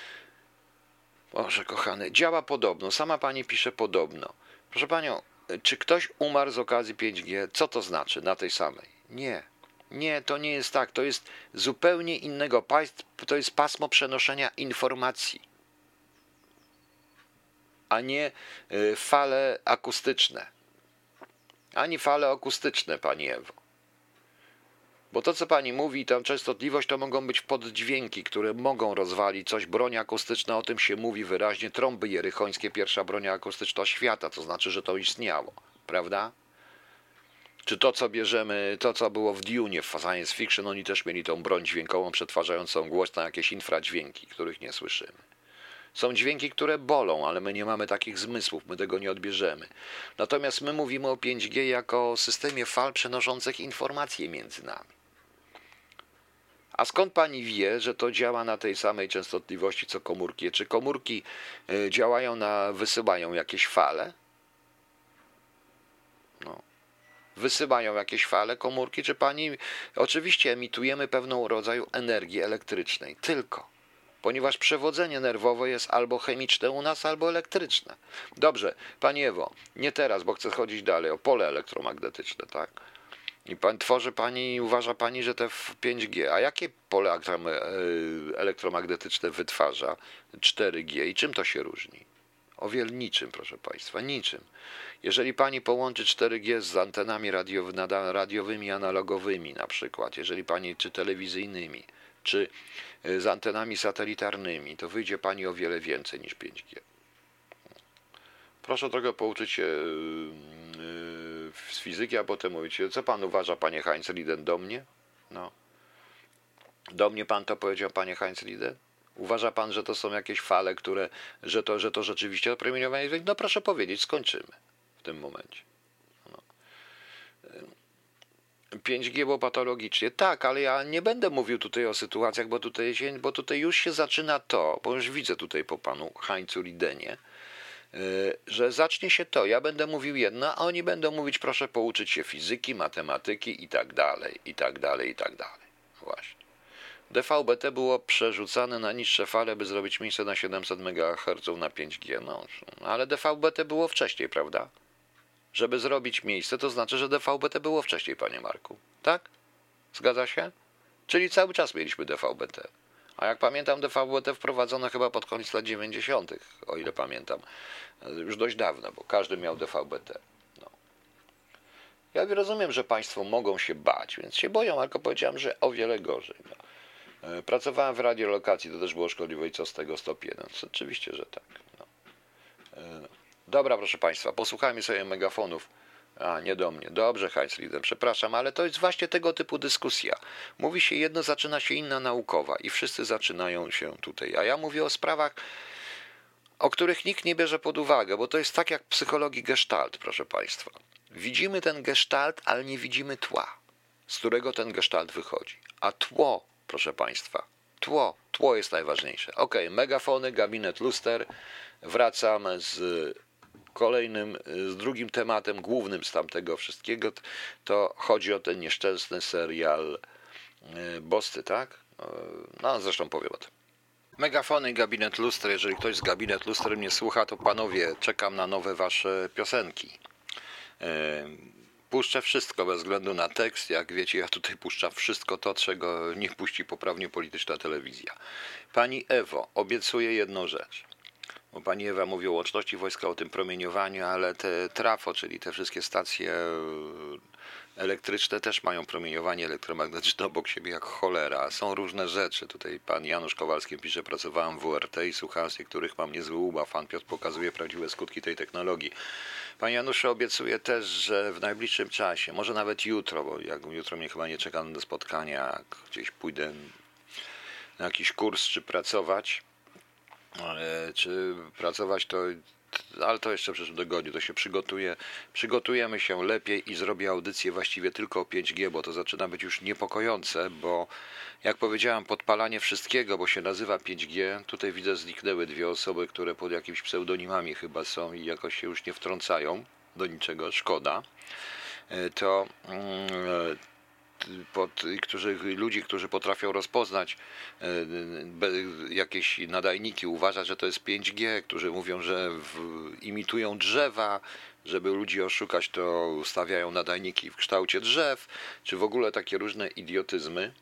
Boże kochany, działa podobno. Sama pani pisze podobno. Proszę panią, czy ktoś umarł z okazji pięć G? Co to znaczy na tej samej? Nie. Nie, to nie jest tak. To jest zupełnie innego państwa. To jest pasmo przenoszenia informacji, a nie fale akustyczne. Ani fale akustyczne, pani Ewo. Bo to, co pani mówi, tam częstotliwość, to mogą być poddźwięki, które mogą rozwalić coś. Broń akustyczna, o tym się mówi wyraźnie. Trąby jerychońskie, pierwsza broń akustyczna świata, to znaczy, że to istniało, prawda? Czy to, co bierzemy, to, co było w Dune, w science fiction, oni też mieli tą broń dźwiękową przetwarzającą głos na jakieś infradźwięki, których nie słyszymy. Są dźwięki, które bolą, ale my nie mamy takich zmysłów, my tego nie odbierzemy. Natomiast my mówimy o pięć G jako o systemie fal przenoszących informacje między nami. A skąd pani wie, że to działa na tej samej częstotliwości co komórki? Czy komórki działają na, wysyłają jakieś fale? No. Wysyłają jakieś fale komórki, czy pani... Oczywiście emitujemy pewną rodzaju energii elektrycznej, tylko. Ponieważ przewodzenie nerwowe jest albo chemiczne u nas, albo elektryczne. Dobrze, pani Ewo, nie teraz, bo chcę chodzić dalej, o pole elektromagnetyczne, tak? I pan, tworzy pani, uważa pani, że te pięć G, a jakie pole elektromagnetyczne wytwarza cztery G i czym to się różni? O wiele niczym, proszę państwa, niczym. Jeżeli pani połączy cztery G z antenami radiowy, radiowymi, analogowymi na przykład, jeżeli pani, czy telewizyjnymi, czy z antenami satelitarnymi, to wyjdzie pani o wiele więcej niż pięć G. Proszę trochę pouczyć się z fizyki, a potem mówicie, co pan uważa, panie Heinz Lieden, do mnie? No. Do mnie pan to powiedział, panie Heinz Lieden? Uważa pan, że to są jakieś fale, które, że to, że to rzeczywiście promieniowanie? No proszę powiedzieć, skończymy w tym momencie. No. pięć G było patologicznie. Tak, ale ja nie będę mówił tutaj o sytuacjach, bo tutaj, się, bo tutaj już się zaczyna to, bo już widzę tutaj po panu Heinzu Lidenie, że zacznie się to. Ja będę mówił jedno, a oni będą mówić, proszę pouczyć się fizyki, matematyki i tak dalej, i tak dalej, i tak dalej. Właśnie. D V B T było przerzucane na niższe fale, by zrobić miejsce na siedemset megaherców na pięć G. No, ale D V B T było wcześniej, prawda? Żeby zrobić miejsce, to znaczy, że D V B T było wcześniej, panie Marku. Tak? Zgadza się? Czyli cały czas mieliśmy D V B T. A jak pamiętam, D V B T wprowadzono chyba pod koniec lat dziewięćdziesiątych, o ile pamiętam. Już dość dawno, bo każdy miał D V B T. No. Ja rozumiem, że państwo mogą się bać, więc się boją, tylko powiedziałem, że o wiele gorzej. No. Pracowałem w radiolokacji, to też było szkodliwe i co z tego stop jeden? Oczywiście, że tak. No. Dobra, proszę państwa, posłuchajmy sobie megafonów. A, nie do mnie. Dobrze, Heinz Lieden, przepraszam, ale to jest właśnie tego typu dyskusja. Mówi się jedno, zaczyna się inna naukowa i wszyscy zaczynają się tutaj. A ja mówię o sprawach, o których nikt nie bierze pod uwagę, bo to jest tak jak w psychologii gestalt, proszę państwa. Widzimy ten gestalt, ale nie widzimy tła, z którego ten gestalt wychodzi. A tło, proszę państwa, tło, tło jest najważniejsze. Ok, megafony, gabinet luster, wracam z kolejnym, z drugim tematem, głównym z tamtego wszystkiego, to chodzi o ten nieszczęsny serial Bosty, tak? No, zresztą powiem o tym. Megafony i gabinet luster, jeżeli ktoś z gabinet luster mnie słucha, to panowie, czekam na nowe wasze piosenki. Puszczę wszystko bez względu na tekst, jak wiecie, ja tutaj puszczam wszystko to, czego nie puści poprawnie polityczna telewizja. Pani Ewo, obiecuję jedną rzecz. Bo pani Ewa mówi o łączności wojska, o tym promieniowaniu, ale te trafo, czyli te wszystkie stacje elektryczne też mają promieniowanie elektromagnetyczne obok siebie jak cholera. Są różne rzeczy. Tutaj pan Janusz Kowalski pisze, pracowałem w W R T i słuchałem z niektórych, mam niezły ubaw. Pan Piotr pokazuje prawdziwe skutki tej technologii. Panie Januszu, obiecuję też, że w najbliższym czasie, może nawet jutro, bo jak jutro mnie chyba nie czekam do spotkania, jak gdzieś pójdę na jakiś kurs czy pracować, czy pracować to, ale to jeszcze w przyszłym tygodniu, to się przygotuje, przygotujemy się lepiej i zrobię audycję właściwie tylko o pięć G, bo to zaczyna być już niepokojące, bo jak powiedziałem, podpalanie wszystkiego, bo się nazywa pięć G, tutaj widzę zniknęły dwie osoby, które pod jakimiś pseudonimami chyba są i jakoś się już nie wtrącają do niczego, szkoda, to pod, którzy, ludzi, którzy potrafią rozpoznać jakieś nadajniki, uważać, że to jest pięć G, którzy mówią, że w, imitują drzewa, żeby ludzi oszukać, to ustawiają nadajniki w kształcie drzew, czy w ogóle takie różne idiotyzmy,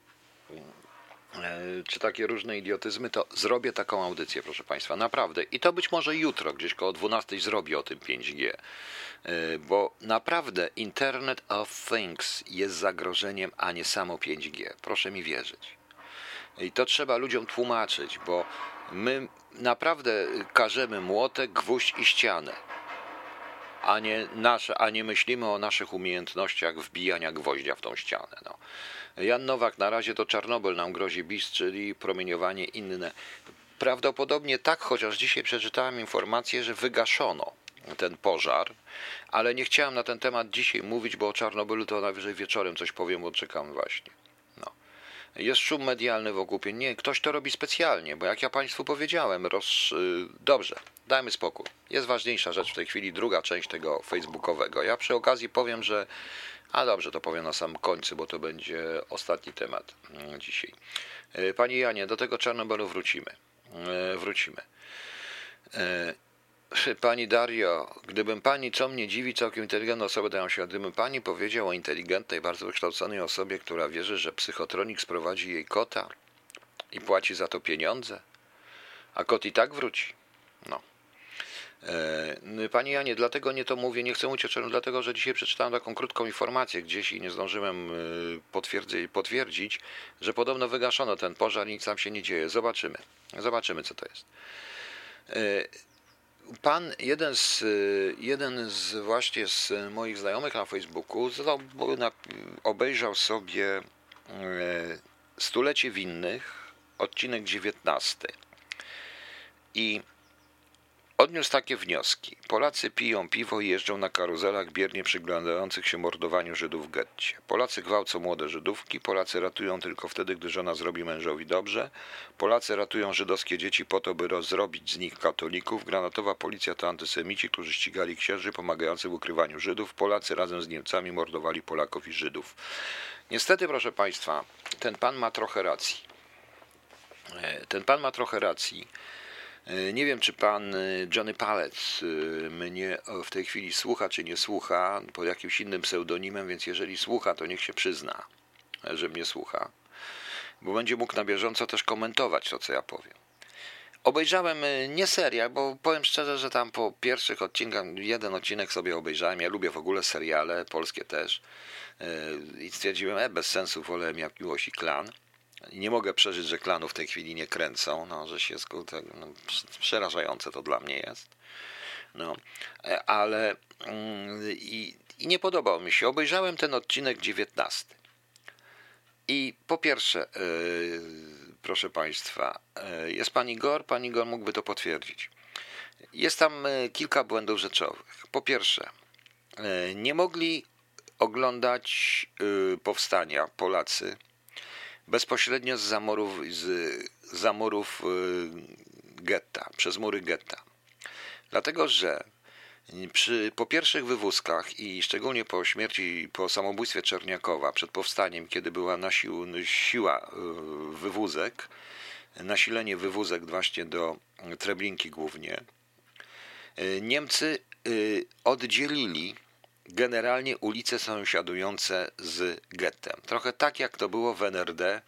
czy takie różne idiotyzmy, to zrobię taką audycję, proszę państwa, naprawdę. I to być może jutro, gdzieś koło dwunastej zrobię o tym pięć G. Bo naprawdę Internet of Things jest zagrożeniem, a nie samo pięć G. Proszę mi wierzyć. I to trzeba ludziom tłumaczyć, bo my naprawdę każemy młotek, gwóźdź i ścianę, a nie, nasze, a nie myślimy o naszych umiejętnościach wbijania gwoździa w tą ścianę. No. Jan Nowak, na razie to Czarnobyl nam grozi bis, czyli promieniowanie inne. Prawdopodobnie tak, chociaż dzisiaj przeczytałem informację, że wygaszono ten pożar, ale nie chciałem na ten temat dzisiaj mówić, bo o Czarnobylu to najwyżej wieczorem coś powiem, bo czekam właśnie. No. Jest szum medialny wokół pięć G. Nie, ktoś to robi specjalnie, bo jak ja państwu powiedziałem, roz... dobrze, dajmy spokój. Jest ważniejsza rzecz w tej chwili, druga część tego facebookowego. Ja przy okazji powiem, że a dobrze, to powiem na samym końcu, bo to będzie ostatni temat dzisiaj. Panie Janie, do tego Czarnobylu wrócimy. Wrócimy. Pani Dario, gdybym pani, co mnie dziwi, całkiem inteligentne osoby dają się, gdybym pani powiedział o inteligentnej, bardzo wykształconej osobie, która wierzy, że psychotronik sprowadzi jej kota i płaci za to pieniądze, a kot i tak wróci. No. Pani Janie, dlatego nie to mówię, nie chcę uciec, dlatego że dzisiaj przeczytałem taką krótką informację gdzieś i nie zdążyłem potwierdzić, że podobno wygaszono ten pożar i nic tam się nie dzieje. Zobaczymy. Zobaczymy, co to jest. Pan, jeden z, jeden z właśnie z moich znajomych na Facebooku obejrzał sobie Stulecie Winnych odcinek dziewiętnasty. I odniósł takie wnioski. Polacy piją piwo i jeżdżą na karuzelach biernie przyglądających się mordowaniu Żydów w getcie. Polacy gwałcą młode Żydówki. Polacy ratują tylko wtedy, gdy żona zrobi mężowi dobrze. Polacy ratują żydowskie dzieci po to, by rozrobić z nich katolików. Granatowa policja to antysemici, którzy ścigali księży pomagających w ukrywaniu Żydów. Polacy razem z Niemcami mordowali Polaków i Żydów. Niestety, proszę Państwa, ten pan ma trochę racji. Ten pan ma trochę racji. Nie wiem, czy pan Johnny Palec mnie w tej chwili słucha, czy nie słucha, pod jakimś innym pseudonimem, więc jeżeli słucha, to niech się przyzna, że mnie słucha, bo będzie mógł na bieżąco też komentować to, co ja powiem. Obejrzałem nie serial, bo powiem szczerze, że tam po pierwszych odcinkach, jeden odcinek sobie obejrzałem, ja lubię w ogóle seriale, polskie też, i stwierdziłem, e, bez sensu, wolę jak Miłość i Klan. Nie mogę przeżyć, że Klanu w tej chwili nie kręcą, no, że się no, przerażające to dla mnie jest. No, ale i, i nie podobał mi się. Obejrzałem ten odcinek dziewiętnasty. I po pierwsze, yy, proszę Państwa, yy, jest pan Igor, pan Igor mógłby to potwierdzić. Jest tam yy, kilka błędów rzeczowych. Po pierwsze, yy, nie mogli oglądać yy, powstania Polacy bezpośrednio z zamorów, z zamorów getta, przez mury getta. Dlatego, że przy, po pierwszych wywózkach i szczególnie po śmierci, po samobójstwie Czerniakowa, przed powstaniem, kiedy była nasił, siła wywózek, nasilenie wywózek właśnie do Treblinki głównie, Niemcy oddzielili generalnie ulice sąsiadujące z gettem. Trochę tak, jak to było w N R D,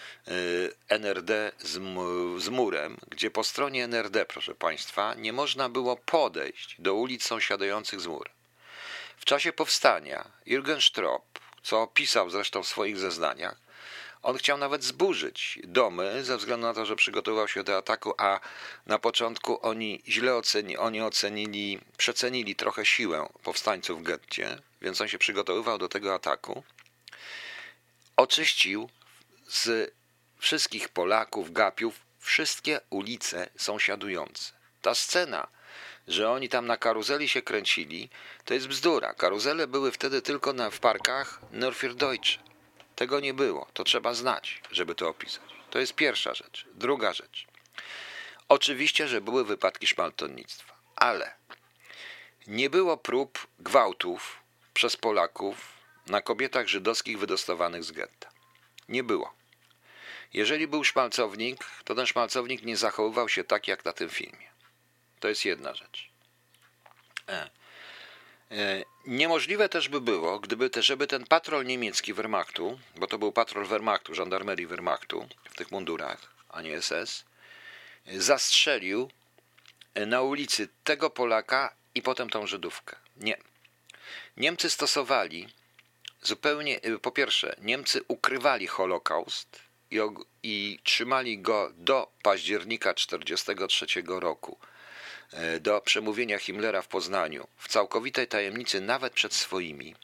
N R D z, z murem, gdzie po stronie N R D, proszę Państwa, nie można było podejść do ulic sąsiadujących z murem. W czasie powstania Jürgen Stroop, co opisał zresztą w swoich zeznaniach, on chciał nawet zburzyć domy ze względu na to, że przygotowywał się do ataku, a na początku oni źle ocenili, oni ocenili, przecenili trochę siłę powstańców w getcie, więc on się przygotowywał do tego ataku. Oczyścił z wszystkich Polaków, Gapiów, wszystkie ulice sąsiadujące. Ta scena, że oni tam na karuzeli się kręcili, to jest bzdura. Karuzele były wtedy tylko na, w parkach Nordfjorddeutsche. Tego nie było. To trzeba znać, żeby to opisać. To jest pierwsza rzecz. Druga rzecz. Oczywiście, że były wypadki szmaltownictwa, ale nie było prób gwałtów przez Polaków na kobietach żydowskich wydostawanych z getta. Nie było. Jeżeli był szmalcownik, to ten szmalcownik nie zachowywał się tak, jak na tym filmie. To jest jedna rzecz. E. Niemożliwe też by było, gdyby te, żeby ten patrol niemiecki Wehrmachtu, bo to był patrol Wehrmachtu, żandarmerii Wehrmachtu w tych mundurach, a nie S S, zastrzelił na ulicy tego Polaka i potem tą Żydówkę. Nie. Niemcy stosowali zupełnie, po pierwsze, Niemcy ukrywali Holokaust i, i trzymali go do października tysiąc dziewięćset czterdziestego trzeciego roku. Do przemówienia Himmlera w Poznaniu, w całkowitej tajemnicy nawet przed swoimi.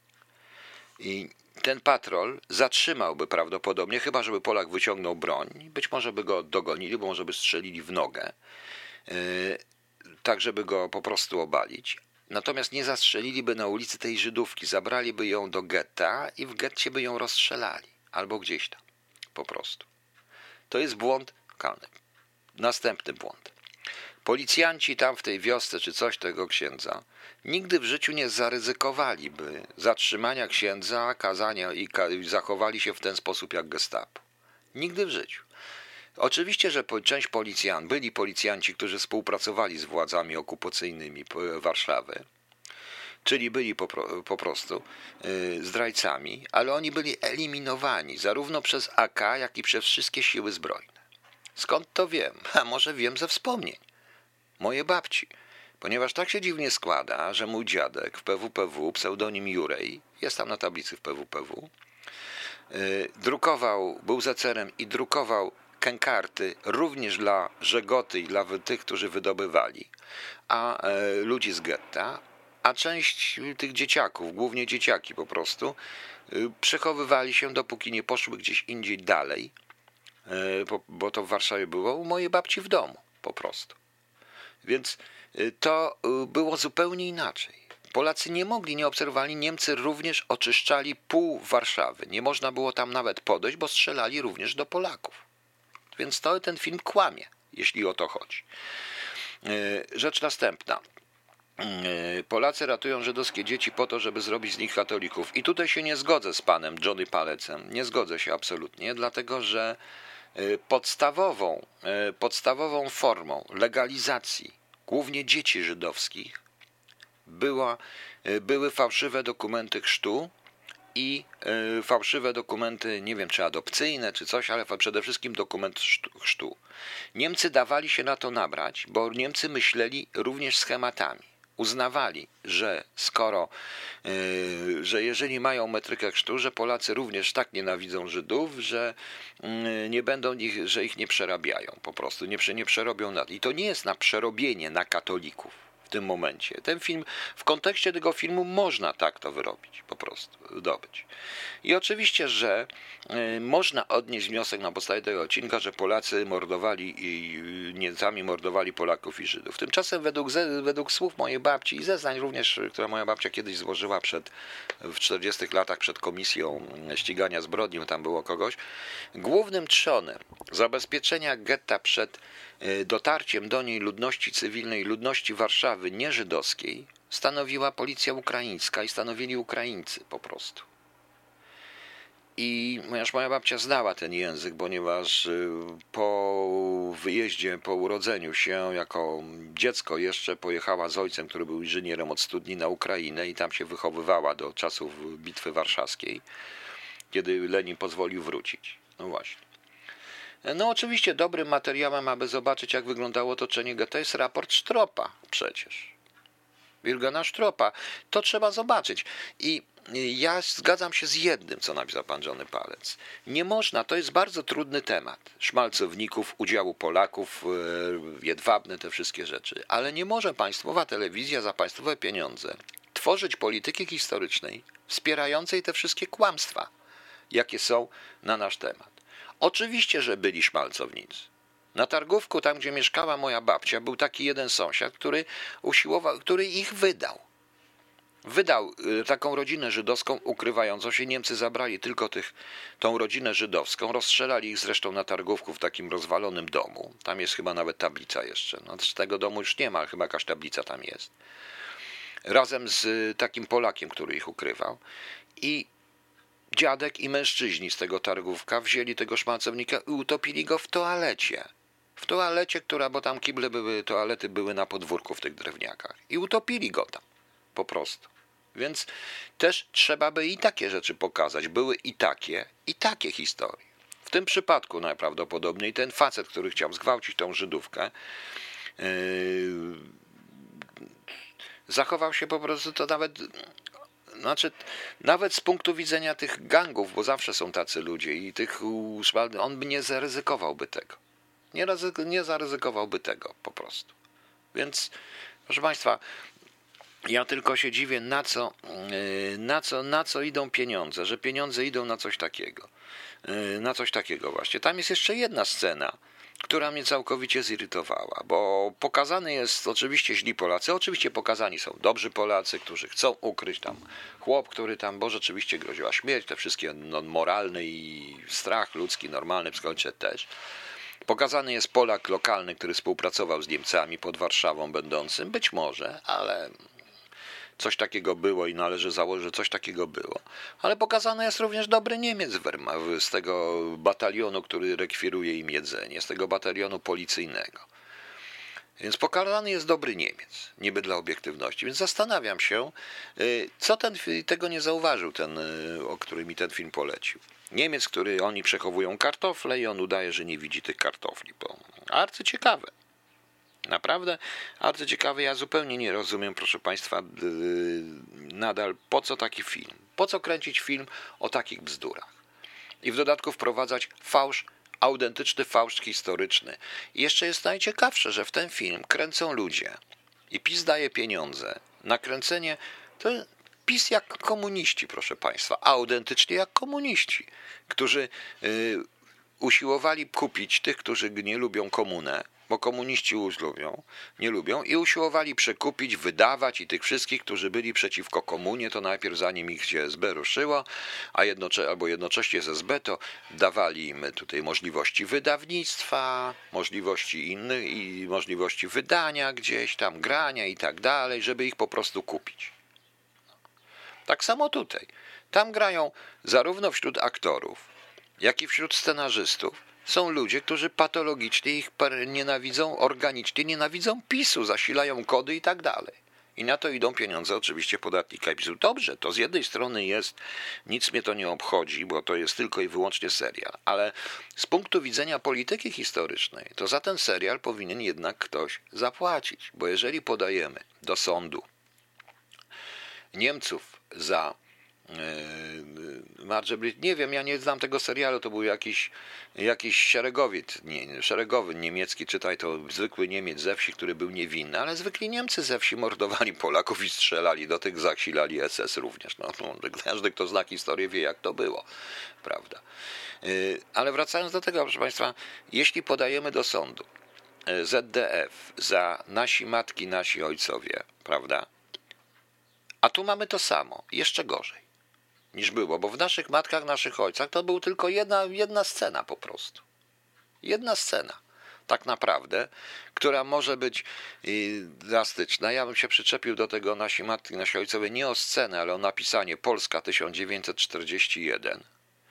I ten patrol zatrzymałby prawdopodobnie, chyba żeby Polak wyciągnął broń, być może by go dogonili, bo może by strzelili w nogę, yy, tak żeby go po prostu obalić. Natomiast nie zastrzeliliby na ulicy tej Żydówki, zabraliby ją do getta i w getcie by ją rozstrzelali, albo gdzieś tam, po prostu. To jest błąd kalny. Następny błąd. Policjanci tam w tej wiosce czy coś tego księdza nigdy w życiu nie zaryzykowaliby zatrzymania księdza, kazania i zachowali się w ten sposób jak Gestapo. Nigdy w życiu. Oczywiście, że część policjantów, byli policjanci, którzy współpracowali z władzami okupacyjnymi Warszawy, czyli byli po, po prostu yy, zdrajcami, ale oni byli eliminowani zarówno przez A K, jak i przez wszystkie siły zbrojne. Skąd to wiem? A może wiem ze wspomnień. Moje babci, ponieważ tak się dziwnie składa, że mój dziadek w P W P W, pseudonim Jurej, jest tam na tablicy w P W P W, yy, drukował, był zecerem i drukował kękarty również dla Żegoty i dla tych, którzy wydobywali, a yy, ludzi z getta, a część tych dzieciaków, głównie dzieciaki po prostu, yy, przechowywali się, dopóki nie poszły gdzieś indziej dalej, bo, bo to w Warszawie było u mojej babci w domu po prostu. Więc to było zupełnie inaczej. Polacy nie mogli, nie obserwowali, Niemcy również oczyszczali pół Warszawy. Nie można było tam nawet podejść, bo strzelali również do Polaków. Więc to ten film kłamie, jeśli o to chodzi. Rzecz następna. Polacy ratują żydowskie dzieci po to, żeby zrobić z nich katolików. I tutaj się nie zgodzę z panem Johnny Palecem. Nie zgodzę się absolutnie, dlatego że podstawową, podstawową formą legalizacji głównie dzieci żydowskich była, były fałszywe dokumenty chrztu i fałszywe dokumenty, nie wiem czy adopcyjne czy coś, ale przede wszystkim dokument chrztu. Niemcy dawali się na to nabrać, bo Niemcy myśleli również schematami. Uznawali, że skoro, yy, że jeżeli mają metrykę chrztu, że Polacy również tak nienawidzą Żydów, że yy, nie będą ich, że ich nie przerabiają po prostu, nie, nie przerobią na. I to nie jest na przerobienie na katolików w tym momencie. Ten film, w kontekście tego filmu można tak to wyrobić, po prostu, dobyć. I oczywiście, że y, można odnieść wniosek na podstawie tego odcinka, że Polacy mordowali i Niemcami mordowali Polaków i Żydów. Tymczasem według, według słów mojej babci i zeznań również, które moja babcia kiedyś złożyła przed, w czterdziestych latach przed komisją ścigania zbrodni, tam było kogoś, głównym trzonem zabezpieczenia getta przed dotarciem do niej ludności cywilnej, ludności Warszawy nieżydowskiej stanowiła policja ukraińska i stanowili Ukraińcy po prostu. I ponieważ moja babcia znała ten język, ponieważ po wyjeździe, po urodzeniu się jako dziecko jeszcze pojechała z ojcem, który był inżynierem od studni na Ukrainę i tam się wychowywała do czasów Bitwy Warszawskiej, kiedy Lenin pozwolił wrócić. No właśnie. No oczywiście dobrym materiałem, aby zobaczyć, jak wyglądało otoczenie getta, jest raport Sztropa przecież. Wilgana Sztropa. To trzeba zobaczyć. I ja zgadzam się z jednym, co napisał pan Johnny Palec. Nie można, to jest bardzo trudny temat. Szmalcowników, udziału Polaków, jedwabne, te wszystkie rzeczy. Ale nie może państwowa telewizja za państwowe pieniądze tworzyć polityki historycznej wspierającej te wszystkie kłamstwa, jakie są na nasz temat. Oczywiście, że byli szmalcownicy. Na Targówku, tam gdzie mieszkała moja babcia, był taki jeden sąsiad, który usiłował, który ich wydał. Wydał taką rodzinę żydowską ukrywającą się. Niemcy zabrali tylko tych, tą rodzinę żydowską, rozstrzelali ich zresztą na Targówku w takim rozwalonym domu. Tam jest chyba nawet tablica jeszcze. No, z tego domu już nie ma, ale chyba jakaś tablica tam jest. Razem z takim Polakiem, który ich ukrywał. I dziadek i mężczyźni z tego Targówka wzięli tego szmalcownika i utopili go w toalecie. W toalecie, która, bo tam kible były, toalety były na podwórku w tych drewniakach. I utopili go tam. Po prostu. Więc też trzeba by i takie rzeczy pokazać. Były i takie, i takie historie. W tym przypadku najprawdopodobniej ten facet, który chciał zgwałcić tą Żydówkę, yy, zachował się po prostu to nawet... Znaczy, nawet z punktu widzenia tych gangów, bo zawsze są tacy ludzie i tych, on by nie zaryzykowałby tego. Nie, ryzyk, nie zaryzykowałby tego po prostu. Więc, proszę państwa, ja tylko się dziwię, na co, na co, na co idą pieniądze, że pieniądze idą na coś takiego. Na coś takiego właśnie. Tam jest jeszcze jedna scena, która mnie całkowicie zirytowała, bo pokazany jest oczywiście źli Polacy, oczywiście pokazani są dobrzy Polacy, którzy chcą ukryć tam chłop, który tam, bo rzeczywiście groziła śmierć, te wszystkie no, moralny i strach ludzki, normalny, skończę też. Pokazany jest Polak lokalny, który współpracował z Niemcami pod Warszawą będącym, być może, ale coś takiego było i należy założyć, że coś takiego było. Ale pokazany jest również dobry Niemiec z tego batalionu, który rekwiruje im jedzenie, z tego batalionu policyjnego. Więc pokazany jest dobry Niemiec, niby dla obiektywności. Więc zastanawiam się, co ten, tego nie zauważył ten, o którym mi ten film polecił. Niemiec, który oni przechowują kartofle i on udaje, że nie widzi tych kartofli. Bo arcyciekawe. Naprawdę arcyciekawe. Ja zupełnie nie rozumiem, proszę państwa, nadal po co taki film? Po co kręcić film o takich bzdurach? I w dodatku wprowadzać fałsz, autentyczny fałsz historyczny. I jeszcze jest najciekawsze, że w ten film kręcą ludzie i PiS daje pieniądze na kręcenie, to PiS jak komuniści, proszę państwa, a autentycznie jak komuniści, którzy yy, usiłowali kupić tych, którzy nie lubią komunę, bo komuniści już lubią, nie lubią i usiłowali przekupić, wydawać i tych wszystkich, którzy byli przeciwko komunie, to najpierw zanim ich się S B ruszyło, a jednocze, albo jednocześnie z S B, to dawali im tutaj możliwości wydawnictwa, możliwości innych i możliwości wydania gdzieś tam, grania i tak dalej, żeby ich po prostu kupić. Tak samo tutaj. Tam grają zarówno wśród aktorów, jak i wśród scenarzystów są ludzie, którzy patologicznie ich nienawidzą, organicznie nienawidzą PiSu, zasilają kody i tak dalej. I na to idą pieniądze oczywiście podatnika i PiSu. Dobrze, to z jednej strony jest, nic mnie to nie obchodzi, bo to jest tylko i wyłącznie serial, ale z punktu widzenia polityki historycznej, to za ten serial powinien jednak ktoś zapłacić, bo jeżeli podajemy do sądu Niemców za Margebrit, nie wiem, ja nie znam tego serialu, to był jakiś, jakiś szeregowiec, nie, szeregowy niemiecki, czytaj to zwykły Niemiec ze wsi, który był niewinny, ale zwykli Niemcy ze wsi mordowali Polaków i strzelali, do tych zasilali S S również. No, każdy, kto zna historię, wie, jak to było, prawda? Ale wracając do tego, proszę Państwa, jeśli podajemy do sądu Z D F za nasi matki, nasi ojcowie, prawda? A tu mamy to samo, jeszcze gorzej niż było, bo w naszych matkach, naszych ojcach to był tylko jedna, jedna scena po prostu. Jedna scena, tak naprawdę, która może być drastyczna. Ja bym się przyczepił do tego nasi matki, nasi ojcowie nie o scenę, ale o napisanie Polska tysiąc dziewięćset czterdziesty jeden.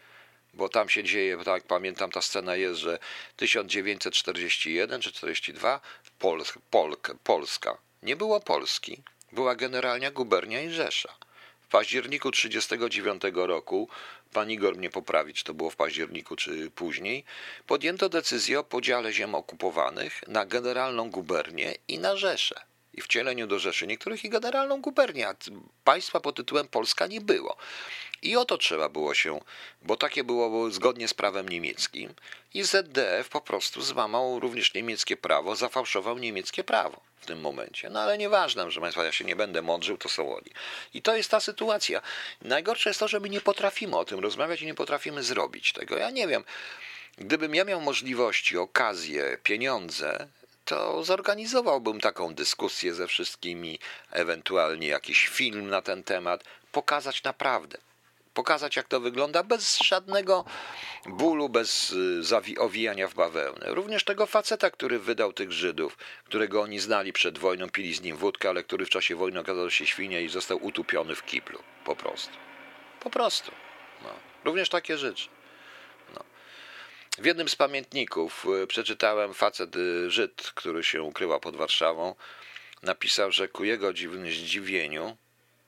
Bo tam się dzieje, tak pamiętam, ta scena jest, że tysiąc dziewięćset czterdziesty jeden czy czterdzieści dwa, Pol, Polk, Polska. Nie było Polski, była generalnia gubernia i Rzesza. W październiku tysiąc dziewięćset trzydziestego dziewiątego roku, pan Igor mnie poprawi, czy to było w październiku, czy później, podjęto decyzję o podziale ziem okupowanych na generalną gubernię i na Rzeszę. I wcieleniu do Rzeszy niektórych i generalną gubernię. Państwa pod tytułem Polska nie było. I o to trzeba było się, bo takie było zgodnie z prawem niemieckim i Z D F po prostu złamał również niemieckie prawo, zafałszował niemieckie prawo w tym momencie. No ale nieważne, proszę Państwa, ja się nie będę mądrzył, to są oni. I to jest ta sytuacja. Najgorsze jest to, że my nie potrafimy o tym rozmawiać i nie potrafimy zrobić tego. Ja nie wiem, gdybym ja miał możliwości, okazję, pieniądze, to zorganizowałbym taką dyskusję ze wszystkimi, ewentualnie jakiś film na ten temat, pokazać naprawdę. Pokazać, jak to wygląda bez żadnego bólu, bez owijania w bawełnę. Również tego faceta, który wydał tych Żydów, którego oni znali przed wojną, pili z nim wódkę, ale który w czasie wojny okazał się świnia i został utupiony w kiblu. Po prostu. Po prostu. No. Również takie rzeczy. No. W jednym z pamiętników przeczytałem, facet Żyd, który się ukrywał pod Warszawą, napisał, że ku jego zdziwieniu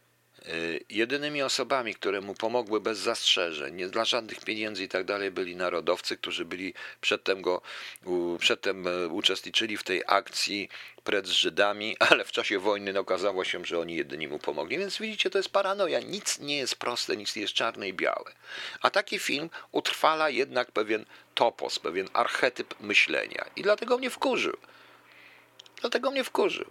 jedynymi osobami, które mu pomogły bez zastrzeżeń, nie dla żadnych pieniędzy i tak dalej, byli narodowcy, którzy byli przedtem go, przedtem uczestniczyli w tej akcji pred z Żydami, ale w czasie wojny okazało się, że oni jedyni mu pomogli. Więc widzicie, to jest paranoja. Nic nie jest proste, nic nie jest czarne i białe. A taki film utrwala jednak pewien topos, pewien archetyp myślenia. I dlatego mnie wkurzył. Dlatego mnie wkurzył.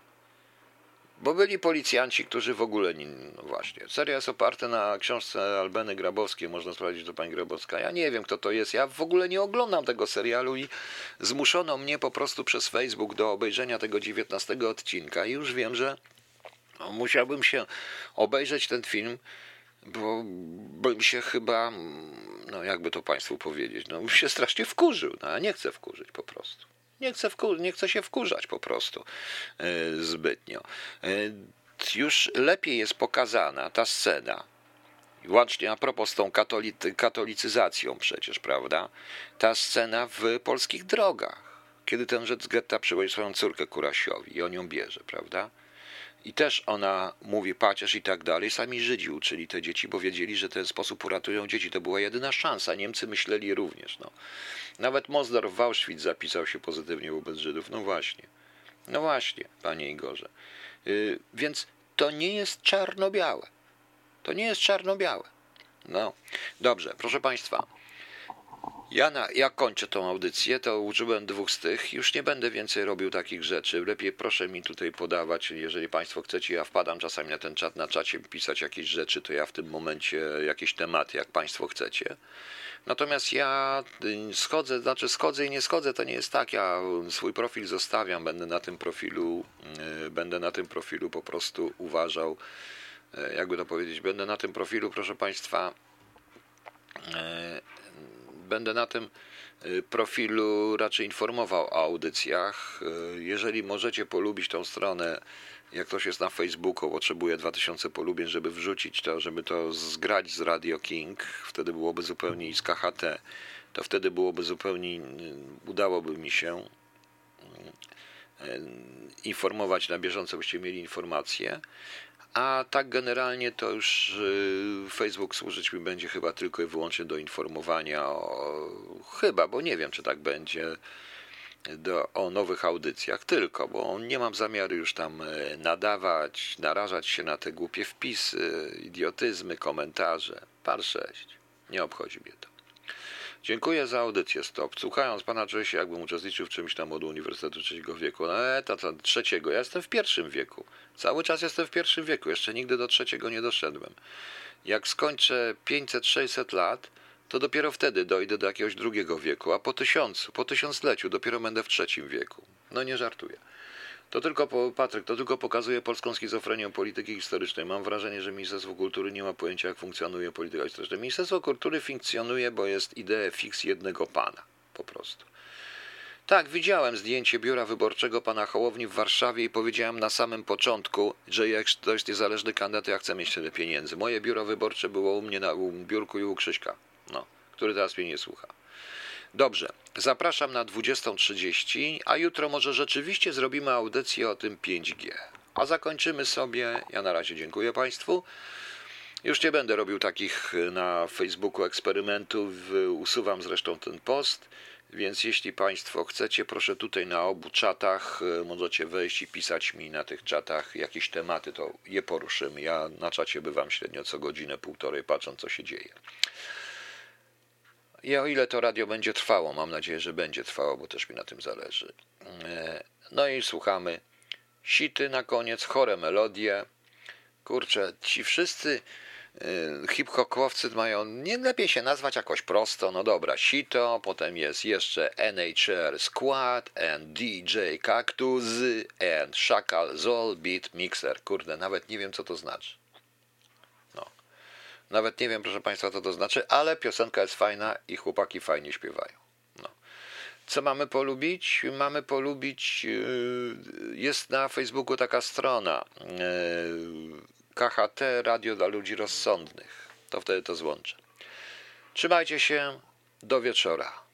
Bo byli policjanci, którzy w ogóle nie... No właśnie, seria jest oparta na książce Albeny Grabowskiej, można sprawdzić, to pani Grabowska. Ja nie wiem, kto to jest, ja w ogóle nie oglądam tego serialu i zmuszono mnie po prostu przez Facebook do obejrzenia tego dziewiętnastego odcinka i już wiem, że no, musiałbym się obejrzeć ten film, bo bym się chyba, no jakby to państwu powiedzieć, no bym się strasznie wkurzył, no a nie chcę wkurzyć po prostu. Nie chcę, wkur- nie chcę się wkurzać po prostu yy, zbytnio. Yy, już lepiej jest pokazana ta scena, łącznie a propos z tą katoli- katolicyzacją przecież, prawda? Ta scena w polskich drogach, kiedy ten Żyd z getta przywozi swoją córkę Kurasiowi i on ją bierze, prawda? I też ona mówi pacierz i tak dalej. Sami Żydzi uczyli te dzieci, bo wiedzieli, że w ten sposób uratują dzieci. To była jedyna szansa. Niemcy myśleli również. No. Nawet Mosdorf w Auschwitz zapisał się pozytywnie wobec Żydów. No właśnie. No właśnie, panie Igorze. Yy, więc to nie jest czarno-białe. To nie jest czarno-białe. No, dobrze, proszę państwa. Ja, na, ja kończę tą audycję, to użyłem dwóch z tych, już nie będę więcej robił takich rzeczy. Lepiej proszę mi tutaj podawać, jeżeli Państwo chcecie, ja wpadam czasami na ten czat, na czacie pisać jakieś rzeczy, to ja w tym momencie jakieś tematy, jak Państwo chcecie. Natomiast ja schodzę, znaczy schodzę i nie schodzę, to nie jest tak, ja swój profil zostawiam, będę na tym profilu, będę na tym profilu po prostu uważał, jakby to powiedzieć, będę na tym profilu, proszę Państwa, będę na tym profilu raczej informował o audycjach. Jeżeli możecie polubić tą stronę, jak ktoś jest na Facebooku, potrzebuje dwa tysiące polubień, żeby wrzucić to, żeby to zgrać z Radio King, wtedy byłoby zupełnie i z K H T, to wtedy byłoby zupełnie, udałoby mi się informować na bieżąco, byście mieli informacje. A tak generalnie to już Facebook służyć mi będzie chyba tylko i wyłącznie do informowania o, chyba, bo nie wiem, czy tak będzie, do, o nowych audycjach, tylko, bo nie mam zamiaru już tam nadawać, narażać się na te głupie wpisy, idiotyzmy, komentarze. Par sześć. Nie obchodzi mnie to. Dziękuję za audycję, Stop. Słuchając pana Czesia, jakbym uczestniczył w czymś tam od Uniwersytetu Trzeciego Wieku. No, to, to trzeciego. Ja jestem w pierwszym wieku. Cały czas jestem w pierwszym wieku. Jeszcze nigdy do trzeciego nie doszedłem. Jak skończę pięćset sześćset lat, to dopiero wtedy dojdę do jakiegoś drugiego wieku, a po tysiącu, po tysiącleciu dopiero będę w trzecim wieku. No nie żartuję. To tylko, Patryk, to tylko pokazuje polską schizofrenię polityki historycznej. Mam wrażenie, że Ministerstwo Kultury nie ma pojęcia, jak funkcjonuje polityka historyczna. Ministerstwo Kultury funkcjonuje, bo jest idea fix jednego pana. Po prostu. Tak, widziałem zdjęcie biura wyborczego pana Hołowni w Warszawie i powiedziałem na samym początku, że jak to jest niezależny kandydat, to ja chcę mieć tyle pieniędzy. Moje biuro wyborcze było u mnie na u biurku i u Krzyśka, no, który teraz mnie nie słucha. Dobrze, zapraszam na dwudziestą trzydzieści, a jutro może rzeczywiście zrobimy audycję o tym pięć G. A zakończymy sobie, ja na razie dziękuję Państwu. Już nie będę robił takich na Facebooku eksperymentów, usuwam zresztą ten post, więc jeśli Państwo chcecie, proszę tutaj na obu czatach, możecie wejść i pisać mi na tych czatach jakieś tematy, to je poruszymy. Ja na czacie bywam średnio co godzinę, półtorej, patrząc co się dzieje. I o ile to radio będzie trwało, mam nadzieję, że będzie trwało, bo też mi na tym zależy. No i słuchamy. Sity na koniec, chore melodie. Kurczę, ci wszyscy hip-hopowcy mają, nie lepiej się nazwać jakoś prosto, no dobra, Sito, potem jest jeszcze N H R Squad, and D J Cactus, and Shakal Zol Beat Mixer. Kurde, nawet nie wiem, co to znaczy. Nawet nie wiem, proszę Państwa, co to znaczy, ale piosenka jest fajna i chłopaki fajnie śpiewają. No. Co mamy polubić? Mamy polubić, jest na Facebooku taka strona K H T, Radio dla Ludzi Rozsądnych. To wtedy to złączę. Trzymajcie się, do wieczora.